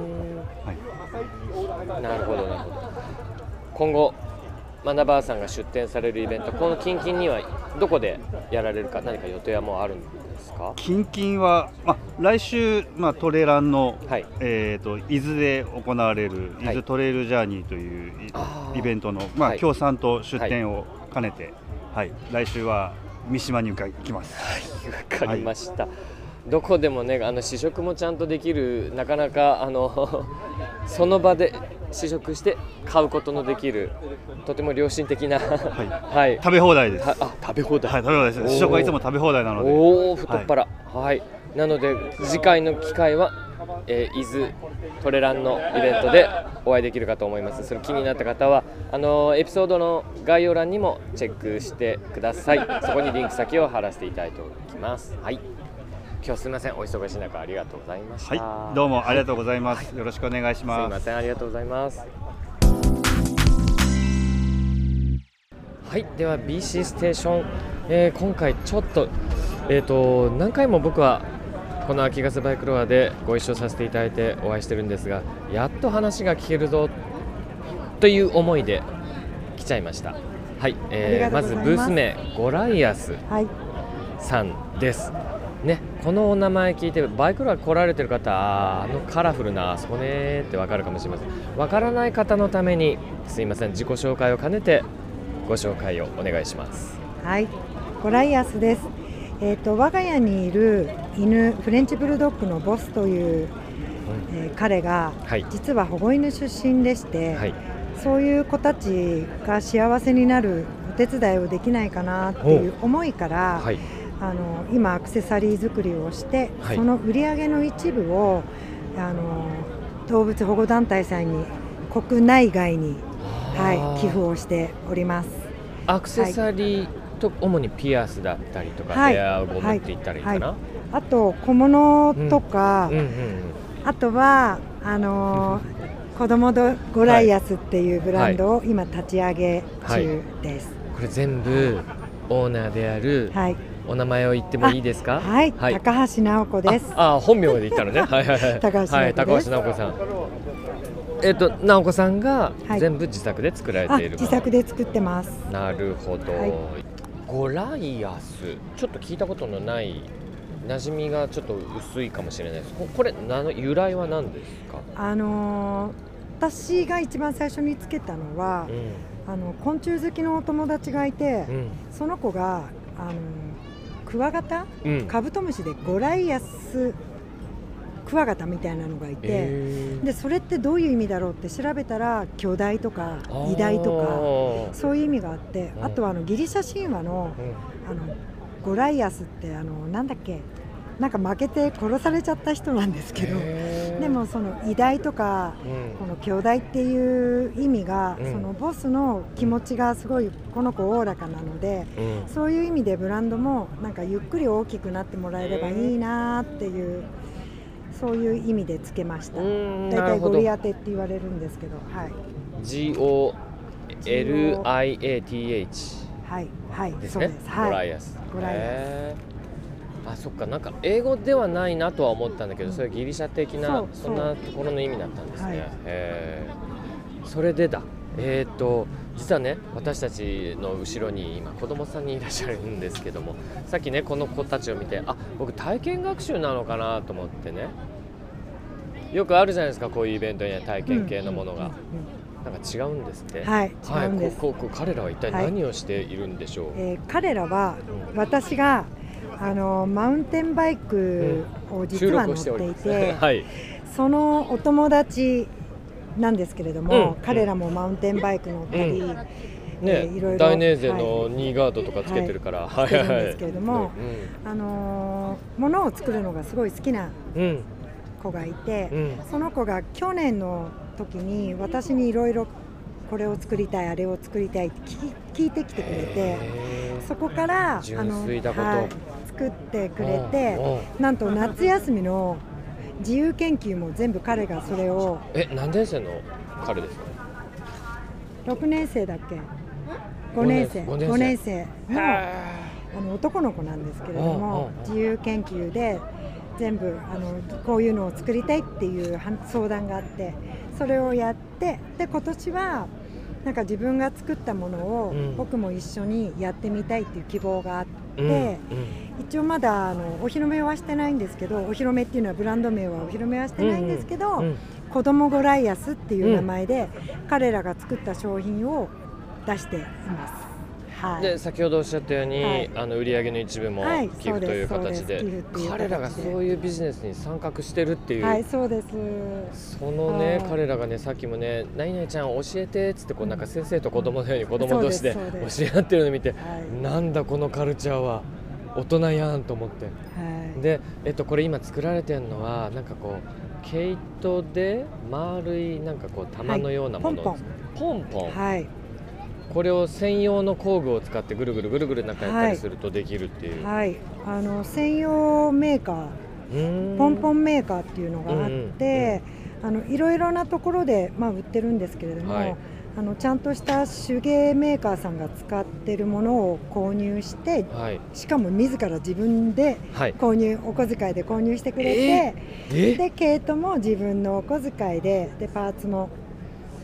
なるほどなるほど。今後マナバーさんが出展されるイベント、この近々にはどこでやられるか、何か予定はもうあるんですか？ 近々は、まあ、来週、まあ、トレランの、はい、えーと、伊豆で行われる、はい、伊豆トレイルジャーニーというイベントの、まあはい、協賛と出展を兼ねて、はいはい、来週は三島に行きます。 はい、わかりました、はい、どこでもね、あの試食もちゃんとできる、なかなかあのその場で試食して買うことのできる、とても良心的な、はいはい、食べ放題です。 あ、食べ放題、 はい、食べ放題です。試食はいつも食べ放題なので。 おお、太っ腹、はい、はい、なので次回の機会は、えー、伊豆トレランのイベントでお会いできるかと思います。それ気になった方はあのエピソードの概要欄にもチェックしてください。そこにリンク先を貼らせていただいておきます。はい、今日すみません、お忙しい中ありがとうございました。 はい、どうもありがとうございます、はい、よろしくお願いします。 すみません、ありがとうございます。はい、では ビーシー ステーション、えー、今回ちょっと、えーと、何回も僕はこの秋ヶ瀬バイクロアでご一緒させていただいてお会いしてるんですが、やっと話が聞けるぞという思いで来ちゃいました。 はい、えー、まずブース名ゴライアスさんです、ね、このお名前聞いてバイクロア来られてる方、あのカラフルなあそこねってわかるかもしれません。わからない方のためにすいません、自己紹介を兼ねてご紹介をお願いします。 はい、ゴライアスです。えーと、我が家にいる犬フレンチブルドッグのボスという、うんえー、彼が、はい、実は保護犬出身でして、はい、そういう子たちが幸せになるお手伝いをできないかなっていう思いから、はい、あの今アクセサリー作りをして、はい、その売り上げの一部をあの動物保護団体さんに国内外に、はい、寄付をしております。 アクセサリーと主にピアスだったりとか、はい、ヘアゴムって言ったらいいかな、はいはい、 あと小物とか、うんうんうんうん、あとはあのー、子供のゴライアスっていうブランドを今立ち上げ中です、はいはい、 これ全部オーナーである、はい、お名前を言ってもいいですか？ はい、はい、高橋直子です。 ああ、本名で言ったのねはいはい、はい、 高橋直子です、はい、 高橋直子さん、えっと、直子さんが全部自作で作られている、はい、 自作で作ってます。 なるほど、はい、ゴライアス、ちょっと聞いたことのない馴染みがちょっと薄いかもしれないです。これの由来は何ですか？ あのー、私が一番最初につけたのは、うん、あの昆虫好きのお友達がいて、うん、その子があのー、クワガタ、うん、カブトムシでゴライアスクワガタみたいなのがいて、えー、でそれってどういう意味だろうって調べたら巨大とか偉大とかそういう意味があって、あとはあのギリシャ神話の、あのゴライアスってあのなんだっけ、なんか負けて殺されちゃった人なんですけど、でもその偉大とか、うん、この巨大っていう意味が、うん、そのボスの気持ちがすごいこの子おおらかなので、うん、そういう意味でブランドもなんかゆっくり大きくなってもらえればいいなっていう、そういう意味でつけました。だいたいゴリアテって言われるんですけど、はい、 ジーオーエルアイエーティーエイチはいはいですね。 はい、 ゴライアス。 ゴライアス。あ、そっか、なんか英語ではないなとは思ったんだけど、うん、それギリシャ的な そ, そんなところの意味だったんですね。はい、へー、それでだ。えーと実はね、私たちの後ろに今子供さんにいらっしゃるんですけども、さっきねこの子たちを見て、あ、僕体験学習なのかなと思ってね、よくあるじゃないですか、こういうイベントには体験系のものが、うんうんうん、なんか違うんですって。 はい、違うんです。 はい、こここ彼らは一体何をしているんでしょう？はい、 えー、彼らは私があのマウンテンバイクを実は乗っていて、うん、はい、そのお友達なんですけれども、うん、彼らもマウンテンバイク乗ったり、うん、ね、 えー、いろいろ大ネーゼのニーガードとかつけてるから、 はい、はい、つけるんですけれども、うん、あのー、物を作るのがすごい好きな子がいて、うん、その子が去年の時に私にいろいろこれを作りたい、あれを作りたいって聞いてきてくれて、そこからあの、はい、作ってくれて、なんと夏休みの自由研究も全部彼がそれを。 え、何年生の彼ですか？ ろくねん生だっけ、ごねん生、ごねん生の、あの男の子なんですけれども、自由研究で全部あのこういうのを作りたいっていう相談があって、それをやって、で今年はなんか自分が作ったものを僕も一緒にやってみたいっていう希望があって、うんうん、一応まだあのお披露目はしてないんですけど、お披露目っていうのはブランド名はお披露目はしてないんですけど、うんうん、子どもゴライアスっていう名前で彼らが作った商品を出しています。はい、で先ほどおっしゃったように、はい、あの売り上げの一部も寄付という形で、はい、彼らがそういうビジネスに参画してるっていう、 はい、そうです。 そのね、はい、彼らがね、さっきもね、何々ちゃん教えてっつって、こうなんか先生と子供のように子供同士で教え合ってるのを見て、はい、なんだこのカルチャーは大人やんと思って、はい、で、えっと、これ今作られてるのはなんかこう毛糸で丸いなんかこう玉のようなものを、はい、ポンポン、はい、これを専用の工具を使ってぐるぐるぐるぐるなんかやったりするとできるっていう、 はい、はい、あの専用メーカー、ポンポンメーカーっていうのがあって、うんうん、あのいろいろなところで、まあ、売ってるんですけれども、はい、あのちゃんとした手芸メーカーさんが使ってるものを購入して、はい、しかも自ら自分で購入、はい、お小遣いで購入してくれて、えーえー、で毛糸も自分のお小遣いで、でパーツも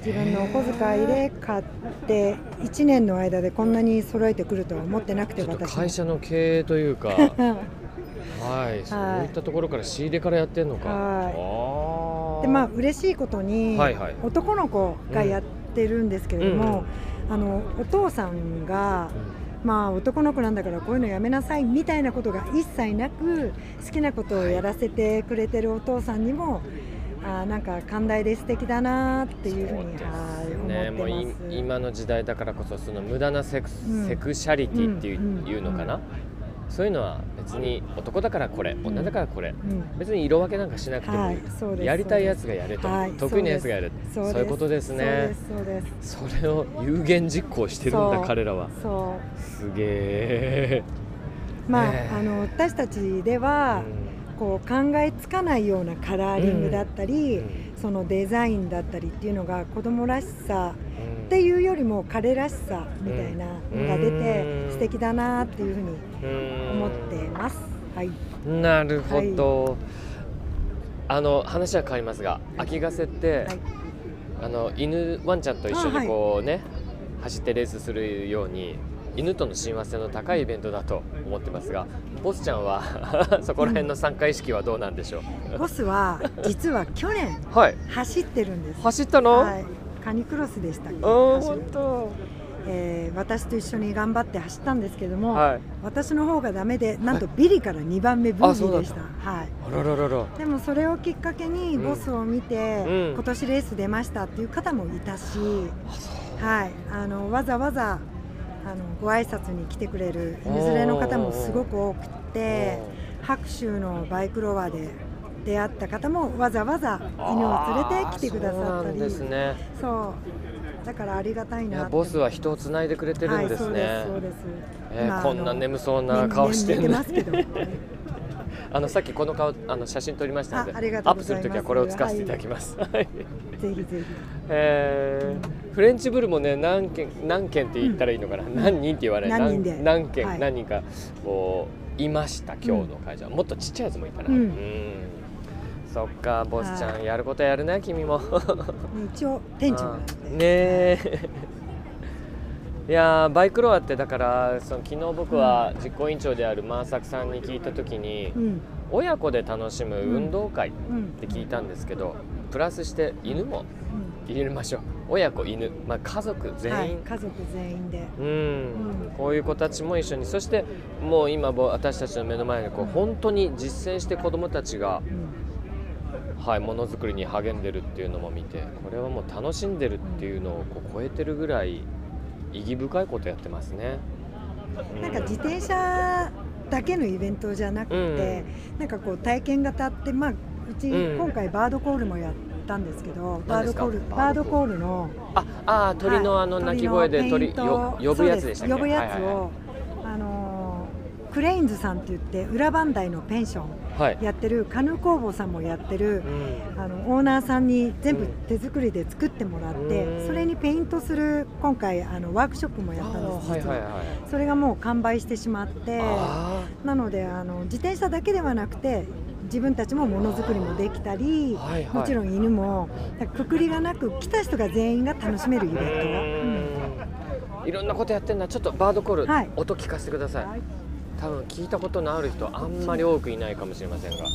自分のお小遣いで買っていちねんの間でこんなに揃えてくるとは思ってなくて、私会社の経営というかはい、そういったところから仕入れからやってるのか。 はい。でまあ嬉しいことに、はいはい、男の子がやってるんですけれども、うん、あのお父さんが、うん、まあ男の子なんだからこういうのやめなさいみたいなことが一切なく、好きなことをやらせてくれてるお父さんにも、あなんか寛大で素敵だなっていうふうに、はい、思ってます。 もう今の時代だからこそ、その無駄なセク、うん、セクシャリティっていう、うん、いうのかな、うん、そういうのは別に男だからこれ、女だからこれ、うん、別に色分けなんかしなくてもいい、はい、やりたいやつがやれと、はい、得意なやつがやる、そういうことですね。 そうです、そうです。 それを有言実行してるんだ、彼らは。 そうすげえ。 まあ、ね、あの私たちでは、うんこう考えつかないようなカラーリングだったり、うん、そのデザインだったりっていうのが子供らしさっていうよりも彼らしさみたいなのが出て素敵だなっていうふうに思っています。はい、 なるほど、はい、あの話は変わりますが、秋ヶ瀬って、はい、あの犬ワンちゃんと一緒にこうね、はい、走ってレースするように犬との親和性の高いイベントだと思ってますが、ボスちゃんはそこら辺の参加意識はどうなんでしょう。 うん、ボスは実は去年、 はい、 走ってるんです。 走ったの？ はい、カニクロスでしたっけ。 本当。 えー、私と一緒に頑張って走ったんですけども、はい、私の方がダメで、なんとビリからにばんめブーギーでした。はい。 あらららら。 でもそれをきっかけにボスを見て、うん、今年レース出ましたっていう方もいたし、はい、あのわざわざあのご挨拶に来てくれる犬連れの方もすごく多くて、白州のバイクロアで出会った方もわざわざ犬を連れて来てくださったり、そうですね。そうだからありがたいなって。 ボスは人をつないでくれてるんですね。はい、そうです、そうです。えー、こんな眠そうな顔してるの。あのさっきこの顔あの写真撮りましたので、アップするときはこれを使わせていただきます。はい、ぜひぜひ。 えー、フレンチブルもね、何件何件って言ったらいいのかな、うん、何人って言わない、何人何件、はい、何人かこういました。今日の会場、うん、もっとちっちゃいやつもいたな。うん、うんそっか、ボスちゃんやることやるね、君も。 一応店長なんで。ねえ。いやバイクロアってだからその昨日僕は実行委員長である万作さんに聞いた時に、うん、親子で楽しむ運動会って聞いたんですけど、うん、プラスして犬も入れましょう。親子犬、まあ、家族全員、はい、 家族全員で、 うんうん、こういう子たちも一緒に、そしてもう今私たちの目の前にこう、うん、本当に実践して子どもたちが、うんはい、ものづくりに励んでるっていうのも見て、これはもう楽しんでるっていうのをこう超えてるぐらい意義深いことやってますね。 うん、なんか自転車だけのイベントじゃなくて、うん、なんかこう体験型って、まあ、うち今回バードコールもやったんですけど、うん、バードコールバードコールのああ鳥のあの鳴き声で鳥よ呼ぶやつでしたっけ。 呼ぶやつを、はいはいはい、あのクレインズさんって言って裏磐梯のペンションやってる、はい、カヌー工房さんもやってる、うん、あのオーナーさんに全部手作りで作ってもらって、うん、それにペイントする今回あのワークショップもやったんです、はいはいはい、それがもう完売してしまって、なのであの自転車だけではなくて自分たちもものづくりもできたり、はいはい、もちろん犬もくくりがなく来た人が全員が楽しめるイベントが、 うん、いろんなことやってるんだ。ちょっとバードコール、はい、音聞かせてください。はい、多分聞いたことのある人あんまり多くいないかもしれませんが、あ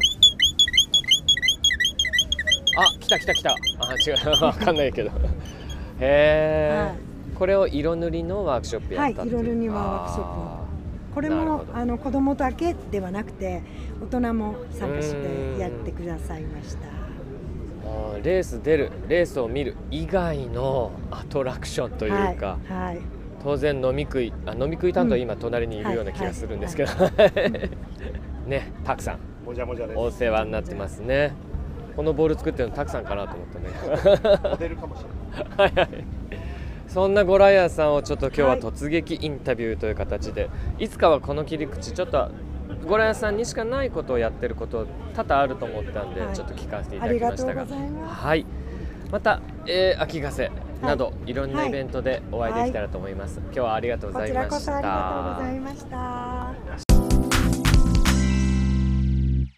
あ来た来た来た、あ違う分かんないけどへえ、はい、これを色塗りのワークショップやったっていう。 はい、色塗りのワークショップ、これもあの子供だけではなくて大人も参加してやってくださいました。 レース出る、レースを見る以外のアトラクションというか、はいはい、当然飲み食い、あ飲み食い担当は今隣にいるような気がするんですけど、ね、たくさんもじゃもじゃですお世話になってますね。このボール作ってるのたくさんかなと思ったね。 モデルかもしれない。はいはい。 そんなゴライアンさんをちょっと今日は突撃インタビューという形で、はい、いつかはこの切り口ちょっとゴライアンさんにしかないことをやってること多々あると思ったんで、はい、ちょっと聞かせていただきましたが、はい、また、えー、秋ヶ瀬など、はい、いろんなイベントでお会いできたらと思います。はい、今日はありがとうございました。こちらこそありがとうございました。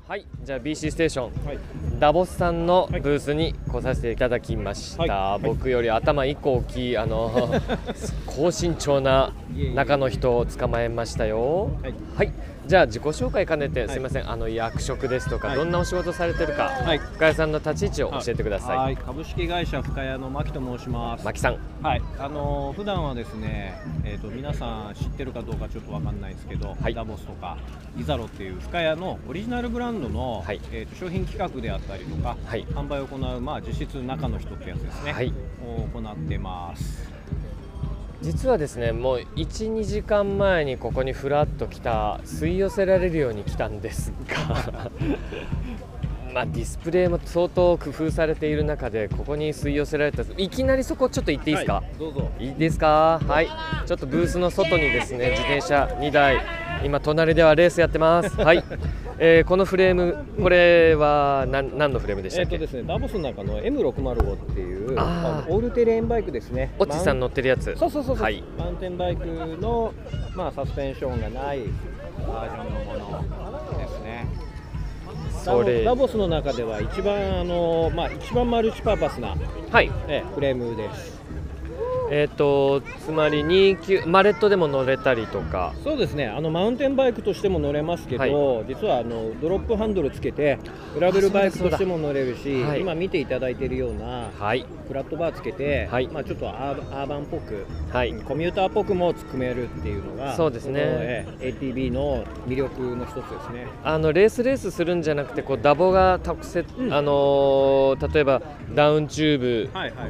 はい、じゃあ ビーシー ステーション、はい、ダボスさんのブースに来させていただきました、はい、僕より頭いっこ大きいあの高身長な中の人を捕まえましたよ。はい、はい、じゃあ自己紹介兼ねてすみません、はい、あの役職ですとか、はい、どんなお仕事されてるか、はい、深谷さんの立ち位置を教えてください。 はい、株式会社深谷の牧と申します。 牧さん、 はい、あの普段はですね、えーと、皆さん知ってるかどうかちょっとわかんないですけど、はい、ダボスとかイザロっていう深谷のオリジナルブランドの、はい、えーと、商品企画であったりとか、はい、販売を行う、まあ、実質中の人ってやつですね、はい、を行ってます。 実はですね、もう いち、にじかんまえにここにフラッと来た、吸い寄せられるように来たんですがまあディスプレイも相当工夫されている中でここに吸い寄せられた。いきなりそこちょっと行っていいですか？はい、 どうぞ。 いいですか？はい、ちょっとブースの外にですね、自転車にだい、今隣ではレースやってます。はい、えー、このフレーム、これは何, 何のフレームでしたっけ？ えーとですね、ダボスの中の エムろくまるご っていうあオールテレーンバイクですね。 オッチさん乗ってるやつ。 そうそうそうそう、 はい、 マウンテンバイクの、まあ、サスペンションがないバージョンのものですね。それダボスの中では一番あの、まあ、一番マルチパーパスな、はい、えフレームです。 えー、とつまりにじゅうきゅうマレットでも乗れたりとか。 そうですね、あのマウンテンバイクとしても乗れますけど、はい、実はあのドロップハンドルつけてグラベルバイクとしても乗れるし、はい、今見ていただいているような、はい、フラットバーつけて、はい、まあ、ちょっとアー、アーバンっぽく、はい、コミューターっぽくも組めるっていうのが、 そうですね、 エーティービー の魅力の一つですね。 あのレースレースするんじゃなくて、こうダボが特設、うん、あのー、例えばダウンチューブ、はいはいはい、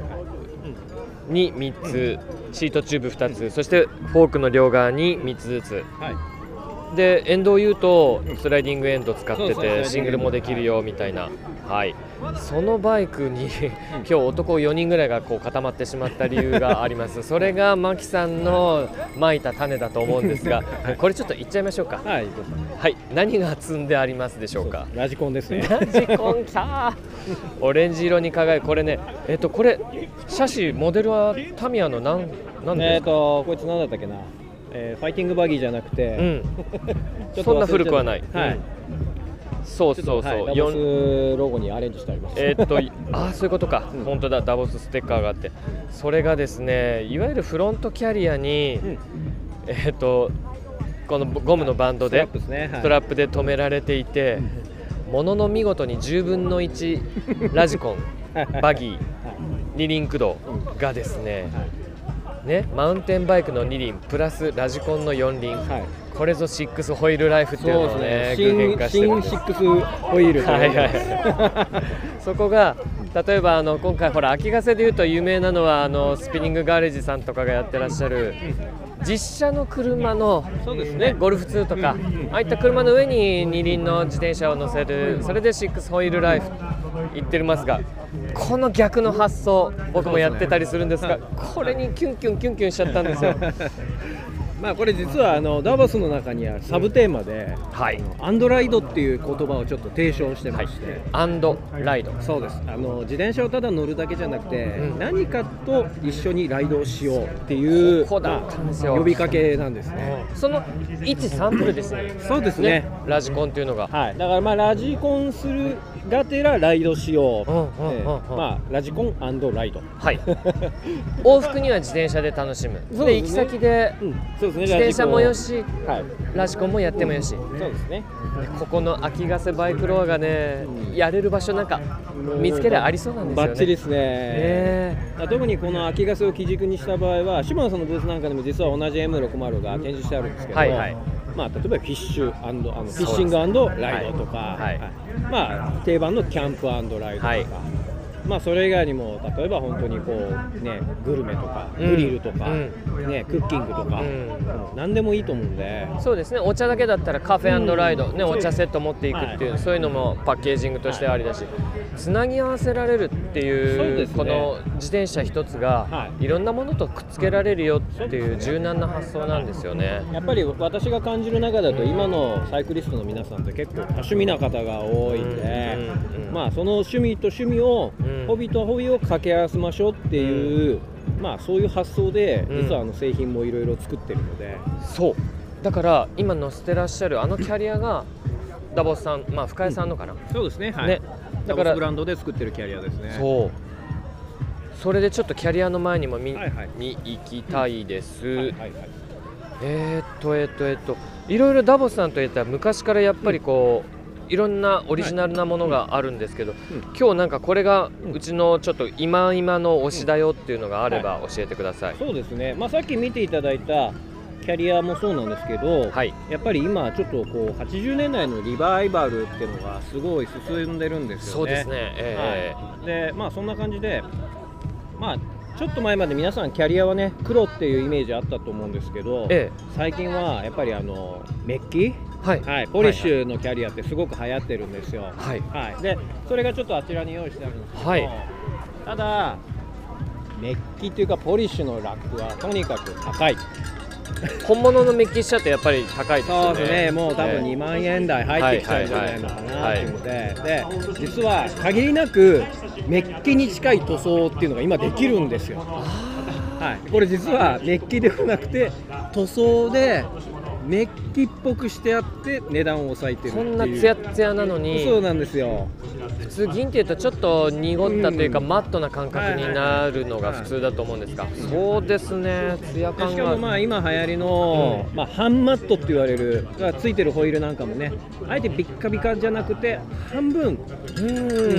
にみっつ、シートチューブふたつ、そしてフォークの両側にみっつずつ、はい、でエンドを言うとスライディングエンド使っててシングルもできるよみたいな、はい、そのバイクに今日男よにんぐらいがこう固まってしまった理由があります。それが牧さんのまいた種だと思うんですが、これちょっといっちゃいましょうか。はい、はい、何が積んでありますでしょうか？ ラジコンですね。 ラジコンきゃーオレンジ色に輝く、これね、えっとこれ車種モデルはタミヤの何何ですか？ えっとこいつ何だったっけな、えー、ファイティングバギーじゃなくて、うん、 そんな古くはない、はい、うん、そうそうそう、 はい、ダボスロゴにアレンジしてあります。 えー、っとああそういうことか、うん、本当だ、ダボスステッカーがあって、それがですね、いわゆるフロントキャリアに、うん、えー、っとこのゴムのバンドでストラップですね、はい、ストラップで止められていて、ものの見事にじゅうぶんのいちラジコンバギー二輪駆動がですね、ね、マウンテンバイクのに輪プラスラジコンのよん輪、はい、これぞシックスホイールライフっていうのをね、具現化してるんです。 新シックスホイール、はいはいそこが例えばあの今回ほら秋ヶ瀬でいうと有名なのはあのスピニングガレージさんとかがやってらっしゃる実車の車の、そうですね、ゴルフツーとか、ああいった車の上に二輪の自転車を乗せる、それでシックスホイールライフ言ってますが、この逆の発想僕もやってたりするんですが、これにキュンキュンキュンキュンしちゃったんですよ。 まあこれ実はあのダボスの中にあるサブテーマで、はい、アンドライドっていう言葉をちょっと提唱してまして、はい、 アンドライド、 そうです、あの自転車をただ乗るだけじゃなくて、うん、何かと一緒にライドをしようっていうここだったんですよ、 呼びかけなんですね。 その一サンプルですね。 そうですね、ね、 ラジコンっていうのが、 はい、だからまあラジコンするがてらライドしよう、うんうんうんうん、まあラジコン&ライド、はい、 往復には自転車で楽しむ、で、ね、行き先で、うん、そうですね、自転車もよし、はい、ラジコンもやってもよし、 うん、そうですね。 ここの秋ヶ瀬バイクロアがね、うん、やれる場所なんか見つけりゃありそうなんですよね。 バッチリですね。ね、特にこの秋ヶ瀬を基軸にした場合は、柴野さんのブースなんかでも実は同じ エムろくまる が展示してあるんですけど、はいはい、まあ、例えばフィッシュ&あのフィッシング&ライドとか、はいはいはい、まあ、定番のキャンプ&ライドとか、はい、まあ、それ以外にも例えば本当にこう、ね、グルメとかグリルとか、うんね、クッキングとか、うん、何でもいいと思うんで。 そうですね、お茶だけだったらカフェ&ライド、うんね、お茶セット持っていくっていう、はい、そういうのもパッケージングとしてありだし、はい、つなぎ合わせられるっていう、ね、この自転車一つが、はい、いろんなものとくっつけられるよっていう柔軟な発想なんですよね。 やっぱり私が感じる中だと、今のサイクリストの皆さんって結構多趣味な方が多いんで、うんうん、まあ、その趣味と趣味を、うん、ホビーとホビーを掛け合わせましょうっていう、うん、まあ、そういう発想で実はあの製品もいろいろ作ってるので、 うん、そうだから今乗せてらっしゃるあのキャリアがダボスさん、まあ深谷さんのかな、 うん、そうですね、はい、 ね、 だからダボスブランドで作ってるキャリアですね。 そう、それでちょっとキャリアの前にも見、はいはい、に行きたいです、うんはいはいはい、えー、っとえー、っとえー、っといろいろダボスさんといったら昔からやっぱりこう、うんいろんなオリジナルなものがあるんですけど、はいうん、今日なんかこれがうちのちょっと今今の推しだよっていうのがあれば教えてください。はい、 そうですね、まあ、さっき見ていただいたキャリアもそうなんですけど、はい、やっぱり今ちょっとこうはちじゅうねんだいのリバイバルっていうのがすごい進んでるんですよね。 そうですね、えーはい、でまあそんな感じで、まあちょっと前まで皆さんキャリアはね黒っていうイメージあったと思うんですけど、ええ、最近はやっぱりあのメッキ、はいはい、ポリッシュのキャリアってすごく流行ってるんですよ。はいはい、でそれがちょっとあちらに用意してあるんですけど、はい、ただメッキっていうかポリッシュのラックはとにかく高い。 本物のメッキしちゃってやっぱり高いですよね。 そうですね、もう多分にまんえん台入ってきちゃうんじゃないのかなっていうので、で実は限りなくメッキに近い塗装っていうのが今できるんですよ。はい、これ実はメッキではなくて塗装でメッキっぽくしてあって値段を抑えてるっていう。 こんなツヤツヤなのに。 そうなんですよ。 普通銀っていうとちょっと濁ったというか、うん、マットな感覚になるのが普通だと思うんですが、はいはい、そうですね、ツヤ感が。 しかもまあ今流行りの、うんまあ、半マットって言われるがついてるホイールなんかもね、あえてビッカビカじゃなくて半分、 うん、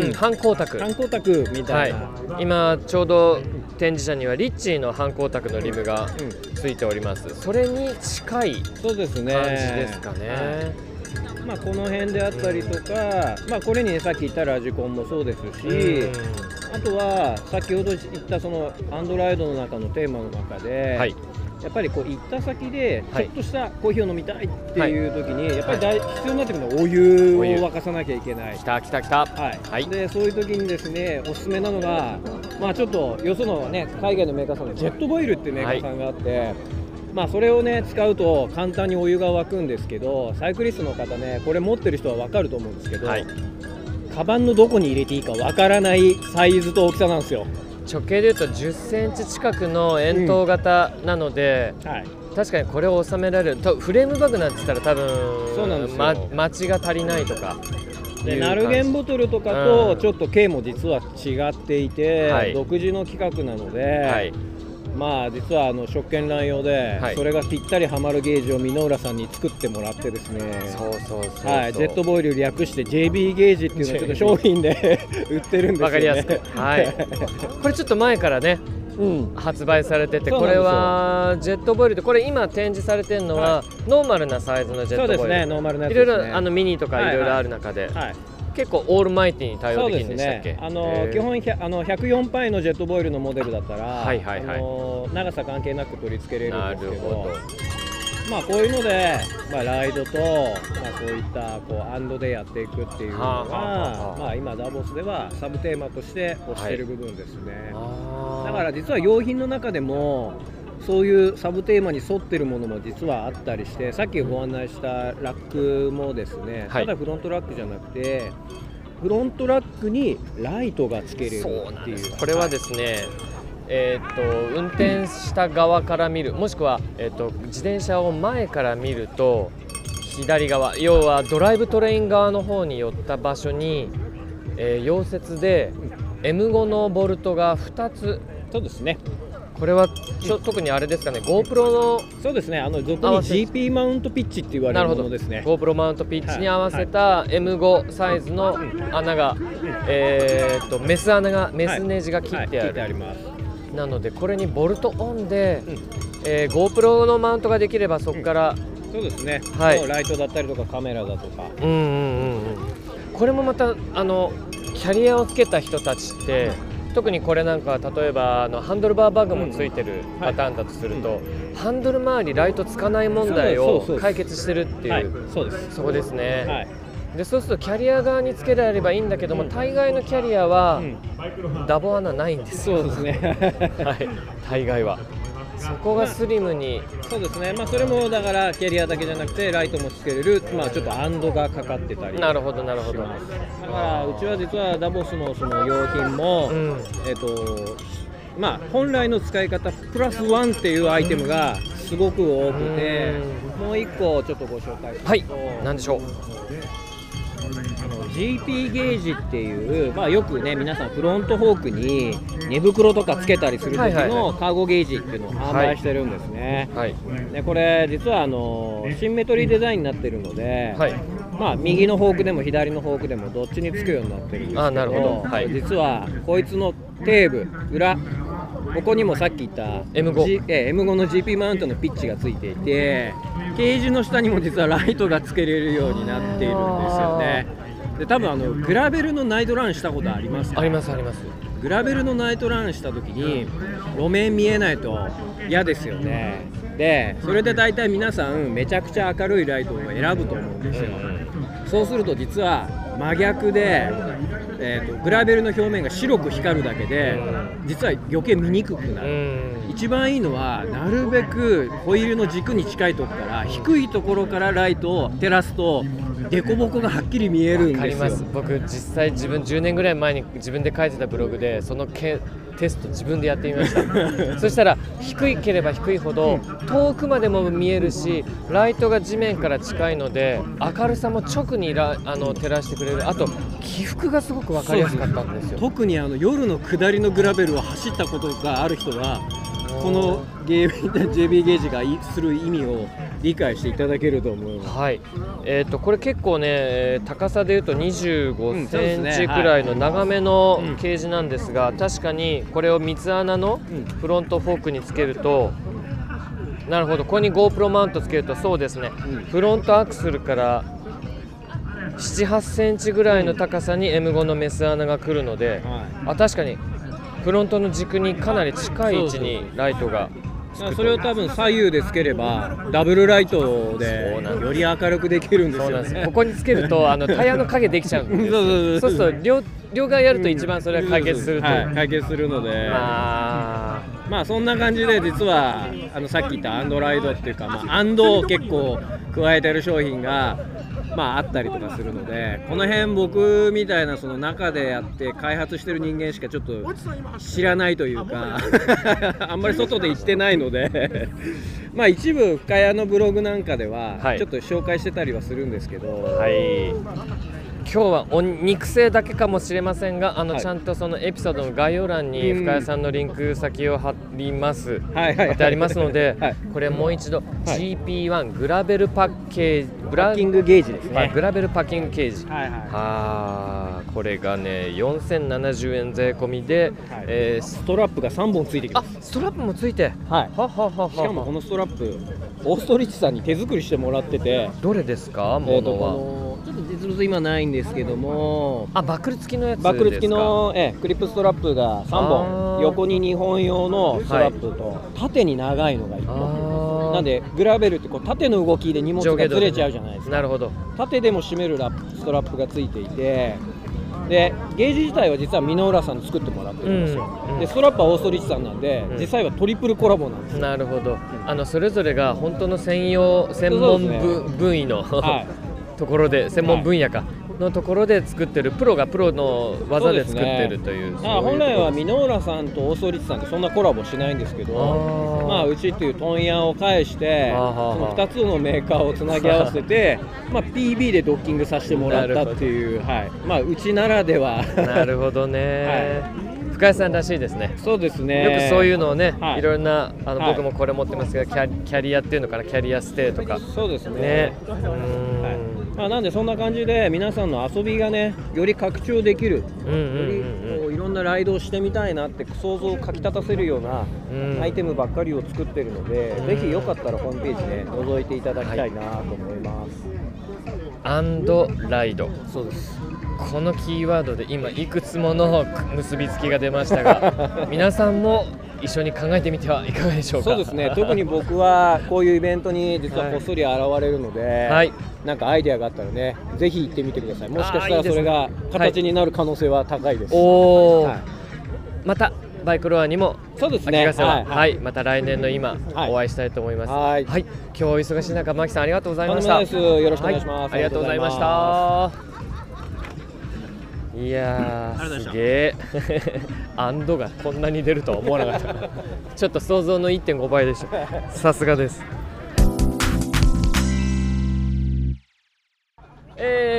半光沢半光沢みたいな、 はい、今ちょうど展示車にはリッチーの半光沢のリムがついております。それに近い感じですかね。 まあ、この辺であったりとか、まあ、これに、ね、さっき言ったラジコンもそうですし、あとは先ほど言ったそのアンドロイドの中のテーマの中で、はい、やっぱりこう行った先でちょっとしたコーヒーを飲みたいっていう時に、はい、やっぱり大、はい、必要になってくるのはお湯を沸かさなきゃいけない。 きたきたきた、 はいはい、でそういう時にですねおすすめなのが、まあ、ちょっとよその、ね、海外のメーカーさんでジェットボイルっていうメーカーさんがあって、はいまあそれをね使うと簡単にお湯が沸くんですけど、サイクリストの方ねこれ持ってる人は分かると思うんですけど、はい、カバンのどこに入れていいか分からないサイズと大きさなんですよ。 直径でいうとじゅっセンチ近くの円筒型なので、うんはい、確かにこれを収められるとフレームバッグなんて言ったら多分そうなんですよ、 ま、マチが足りないとかでナルゲンボトルとかとちょっと径も実は違っていて、うん、独自の規格なので、はいまあ実はあの職権乱用で、はい、それがぴったりはまるゲージを箕浦さんに作ってもらってですね、 そうそうそうそう、 はい、ジェットボイル略して ジェイビー ゲージっていうのをちょっと商品で売ってるんですよね。 わかりやすく、はい、これちょっと前からね、うん、発売されてて、これはジェットボイルで、これ今展示されてるのは、はい、ノーマルなサイズのジェットボイル、 そうですね、ノーマルなやつですね、いろいろあのミニとかいろいろある中で、はいはいはい結構オールマイティに対応できるんでしたっけ？ そうですね、あの基本ひゃあのひゃくよんパイのジェットボイルのモデルだったら、はいはいはい、あの長さ関係なく取り付けれるんですけど、まあこういうので、まあ、ライドと、まあ、そういったこうアンドでやっていくっていうのが、はあはあはあ、まあ、今ダボスではサブテーマとして推している部分ですね、はい、だから実は用品の中でもそういうサブテーマに沿ってるものも実はあったりして、さっきご案内したラックもですね、はい、ただフロントラックじゃなくてフロントラックにライトがつけれるっていう。 これはですね、はい、えー、と運転した側から見る、もしくは、えー、と自転車を前から見ると左側、要はドライブトレイン側の方に寄った場所に、えー、溶接で エムご のボルトがふたつ。 そうですね、 これはちょ、うん、特にあれですかね、GoPro のそうですね、あの俗に ジーピー マウントピッチって言われるものですね。 GoPro マウントピッチに合わせた エムご サイズの穴が、えー、とメス穴がメスネジが切ってある、はいはい、切ってあります。なのでこれにボルトオンで、うんえー、GoPro のマウントができればそこから、 うん、そうですね、はい、ライトだったりとかカメラだとか、 うんうんうんうん、これもまたあのキャリアをつけた人たちって、特にこれなんかは例えばあのハンドルバーバッグもついてるパターンだとすると、うんはい、ハンドル周りライトつかない問題を解決してるっていう、はい、 そうです、 そうですね、はい、でそうするとキャリア側につけられればいいんだけども、うん、大概のキャリアは、うん、ダボ穴ないんですよ。 そうですねはい、大概はそこがスリムに、 まあ、そうですね、まあ、それもだからキャリアだけじゃなくてライトもつけれる、まあ、ちょっとアンドがかかってたり。 なるほどなるほど。だからうちは実はダボスのその用品も、うん、えっとまあ本来の使い方プラスワンっていうアイテムがすごく多くて、うん、もう一個ちょっとご紹介すると、 はい、何でしょう。 ジーピー ゲージっていう、まあ、よくね皆さんフロントフォークに寝袋とかつけたりする時のカーゴゲージっていうのを販売してるんですね、はいはい、でこれ実はあのシンメトリーデザインになってるので、はい、まあ、右のフォークでも左のフォークでもどっちにつくようになってるんですけど、あ、なるほど、はい、実はこいつの底部裏ここにもさっき言った エムご、G え エムご の ジーピー マウントのピッチがついていて、ケージの下にも実はライトがつけれるようになっているんですよね。で多分あのグラベルのナイトランしたことありますか？ ありますあります。 グラベルのナイトランした時に路面見えないと嫌ですよね。でそれで大体皆さんめちゃくちゃ明るいライトを選ぶと思うんですよ、うん、そうすると実は真逆で、えーと、グラベルの表面が白く光るだけで実は余計見にくくなる、うん、一番いいのはなるべくホイールの軸に近いところから低いところからライトを照らすと凸凹がはっきり見えるんですよ。わかります。 僕実際自分じゅうねんぐらい前に自分で書いてたブログでそのけテスト自分でやってみましたそしたら低いければ低いほど遠くまでも見えるしライトが地面から近いので明るさも直にラあの照らしてくれる。あと起伏がすごく分かりやすかったんですよ。 特にあの夜の下りのグラベルを走ったことがある人はこのゲー ジェービー ゲージがする意味を理解していただけると思います。 はい、えー、とこれ結構ね高さでいうとにじゅうごセンチくらいの長めのケージなんですが、確かにこれを三つ穴のフロントフォークにつけると、なるほど、ここに GoPro マウントつけるとそうですね、フロントアクセルからななはちセンチぐらいの高さに エムご のメス穴が来るので、あ、確かにフロントの軸にかなり近い位置にライトがつくと。 それを多分左右でつければダブルライトでより明るくできるんですよね。 ここにつけるとあのタイヤの影できちゃうんですそうそうそうそう、両両側やると一番それは解決すると、 はい、解決するので、まあ、まあそんな感じで実はあのさっき言ったアンドライドっていうか、まあ、アンドを結構加えてる商品がまああったりとかするので、この辺僕みたいなその中でやって開発してる人間しかちょっと知らないというかあんまり外で行ってないのでまあ一部深谷のブログなんかではちょっと紹介してたりはするんですけど、 はい、今日はお肉声だけかもしれませんが、あのちゃんとそのエピソードの概要欄に深谷さんのリンク先を貼ります、貼ってありますので、これもう一度 ジーピーワン グラベルパッケージ、 パッキングゲージですね。 グラベルパッキングゲージ、はいはい、はこれがねよんせんななじゅうえん税込みで、 はい、えー、ストラップがさんぼんついてきます。 あ、ストラップもついて、 はい、はははは。しかもこのストラップオーストリッチさんに手作りしてもらってて。 どれですか、ものは。 ちょっと実物今ないんですけども、 あ、バックル付きのやつですか。 バックル付きの、えクリップストラップがさんぼん、横ににほん用のストラップと、はい、縦に長いのがいっぽん。なんでグラベルってこう縦の動きで荷物がずれちゃうじゃないですか。 なるほど。 縦でも締めるラップストラップがついていて、でゲージ自体は実は箕浦さんに作ってもらってるんですよ、うんうん、でストラップはオーストリッチさんなんで、うん、実際はトリプルコラボなんですよ。 なるほど、あのそれぞれが本当の専用専門部、ね、分野の、はい、ところで専門分野か、はい、のところで作ってる、プロがプロの技で作ってるという。 そうですね、あ、本来は箕浦さんとオーストリッチさんってそんなコラボしないんですけど、あ、まあ、うちっていう問屋を介してそのふたつのメーカーをつなぎ合わせてまあ ピービー でドッキングさせてもらったっていう、はい、まあ、うちならではなるほどね、はい、深谷さんらしいですね。 そうですね、 よくそういうのをね、はい、いろんなあの、はい、僕もこれ持ってますがキャ、キャリアっていうのかな、キャリアステイとか。 そうですね、 ね、 うん、はい、まあ、なんでそんな感じで皆さんの遊びがねより拡張できる、よりこういろんなライドをしてみたいなって想像をかきたたせるようなアイテムばっかりを作ってるので、ぜひよかったらホームページね覗いていただきたいなと思います。 アンドライド、 そうです。 このキーワードで今いくつもの結びつきが出ましたが皆さんも一緒に考えてみてはいかがでしょうか。 そうですね、特に僕はこういうイベントに実はこっそり現れるので、はい、なんかアイデアがあったらねぜひ行ってみてください。もしかしたらそれが形になる可能性は高いです。 お、はい、またバイクロアにもそうですね、 秋はいはい、また来年の今、はい、お会いしたいと思います。はい、はい、今日お忙しい中、牧さんありがとうございました。 よろしくお願いします、はい、 ありがとうございました。いやー、すげえアンドがこんなに出るとは思わなかったちょっと想像の いってんご 倍でしたさすがです。えー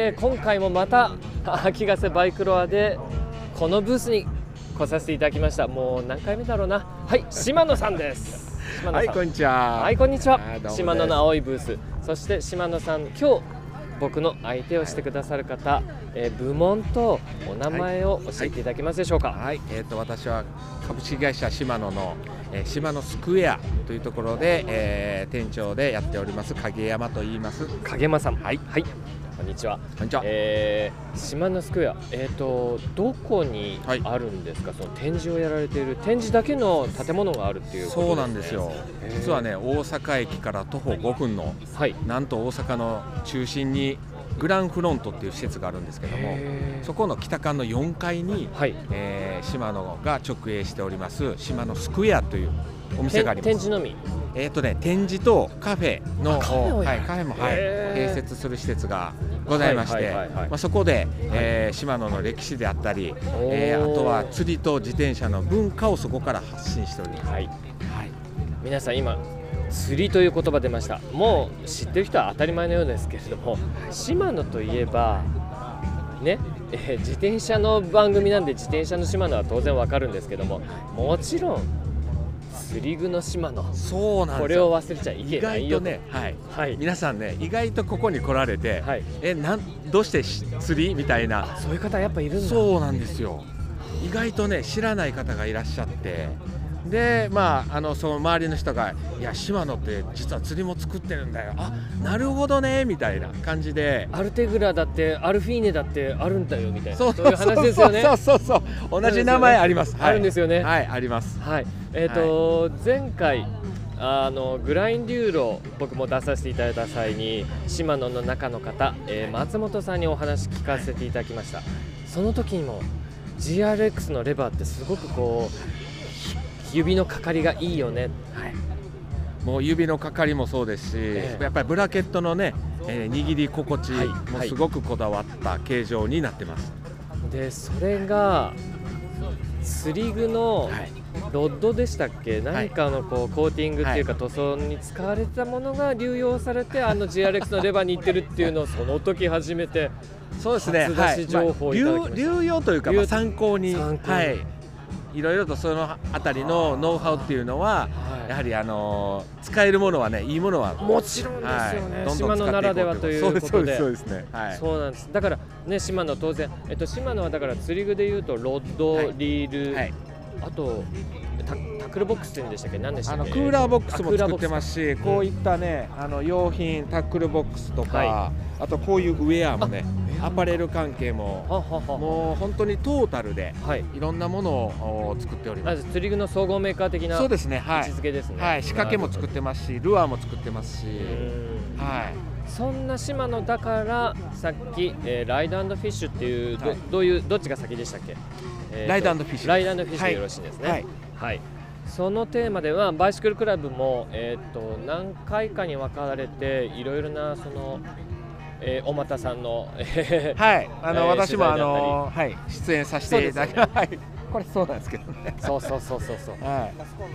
えー、今回もまた秋ヶ瀬バイクロアでこのブースに来させていただきました。もう何回目だろうな。はい、島野さんです。島野さん、 はい、こんにちは。 はい、こんにちは。島野の青いブース、そして島野さん、今日僕の相手をしてくださる方、えー、部門とお名前を教えていただけますでしょうか。 はい、はい、えー、と私は株式会社島野の、えー、島野スクエアというところで、えー、店長でやっております影山と言います。 影山さん、 はい、 はい、こんにちは。 こんにちは。 えー、島野スクエア、えーとどこにあるんですか、はい、その展示をやられている展示だけの建物があるっていうことですね。 そうなんですよ。実はね、大阪駅から徒歩ごふんの、はい、なんと大阪の中心にグランフロントっていう施設があるんですけども、そこの北館のよんかいに、はい、えー、島野が直営しております島野スクエアというお店があります。 展示のみ、 えーとね、展示とカフェのカフェ、はい、カフェも、はい、併設する施設がございまして、そこで、えー、島野の歴史であったり、えー、あとは釣りと自転車の文化をそこから発信しております。はいはい、 皆さん今釣りという言葉出ました。もう知ってる人は当たり前のようですけれども、島野といえばね、えー、自転車の番組なんで自転車の島野は当然わかるんですけども、もちろん釣り具の島野、 そうなんですよ。 これを忘れちゃいけないよと。 意外とね、はいはい、皆さんね、意外とここに来られて、はい、えなんどうして釣りみたいな、 そういう方やっぱいるんだ。 そうなんですよ。意外とね、知らない方がいらっしゃって、でまあ、あのその周りの人が「いや島野って実は釣りも作ってるんだよ、あなるほどね」みたいな感じで、 アルテグラだってアルフィーネだってあるんだよみたいな、 そうそういう話ですよね。 そうそうそうそう、同じ名前あります。 あるんですよね。 はい、あります。 はい、えっと前回あのグラインデューロ僕も出させていただいた際に島野の中の方、えー、松本さんにお話聞かせていただきました。その時にも ジーアールエックス のレバーってすごくこう指のかかりがいいよね。はい、 もう指のかかりもそうですし、えー、やっぱりブラケットのね、えー、握り心地もすごくこだわった形状になってます。 はい、でそれが釣り具のロッドでしたっけ、はい、何かのこうコーティングっていうか塗装に使われたものが流用されて、あの ジーアールエックス のレバーにいってるっていうのをその時初めてそうですね、 初出し情報をいただきました。 流用というか、まあ、参考に、参考に、はい、いろいろとそのあたりのノウハウっていうのは、はい、やはりあのー、使えるものはね、いいものはもちろんですよね。はい、島野ならではということで、 そうですね。はい、 そうなんです。だからね、島野当然、えっと島野はだから釣り具でいうとロッド、はい、リール、はい、あとタ, タクルボックスって言うんでしたっけ、何でしたっけ。 あのクーラーボックスも作ってますし、うん、こういったね、あの用品タックルボックスとか、はい、あとこういうウェアもね、アパレル関係もはははもう本当にトータルでいろんなものを作っております。 まず釣り具の総合メーカー的な位置づけですね。 はい、仕掛けも作ってますし、ルアーも作ってますし、はい、 そんな島野だからさっき、えー、ライド&フィッシュっていう、はい、ど, どういうどっちが先でしたっけ。 えー、ライド&フィッシュ、 ライド&フィッシュでよろしいですね。はい、はい、そのテーマではバイシクルクラブも、えー、と何回かに分かれていろいろなそのえー、小俣さんの、えー、はい、あの、えー、私もあの、はい、出演させていただきます。はい、これそうなんですけどね。 そうそうそうそうそう。はい、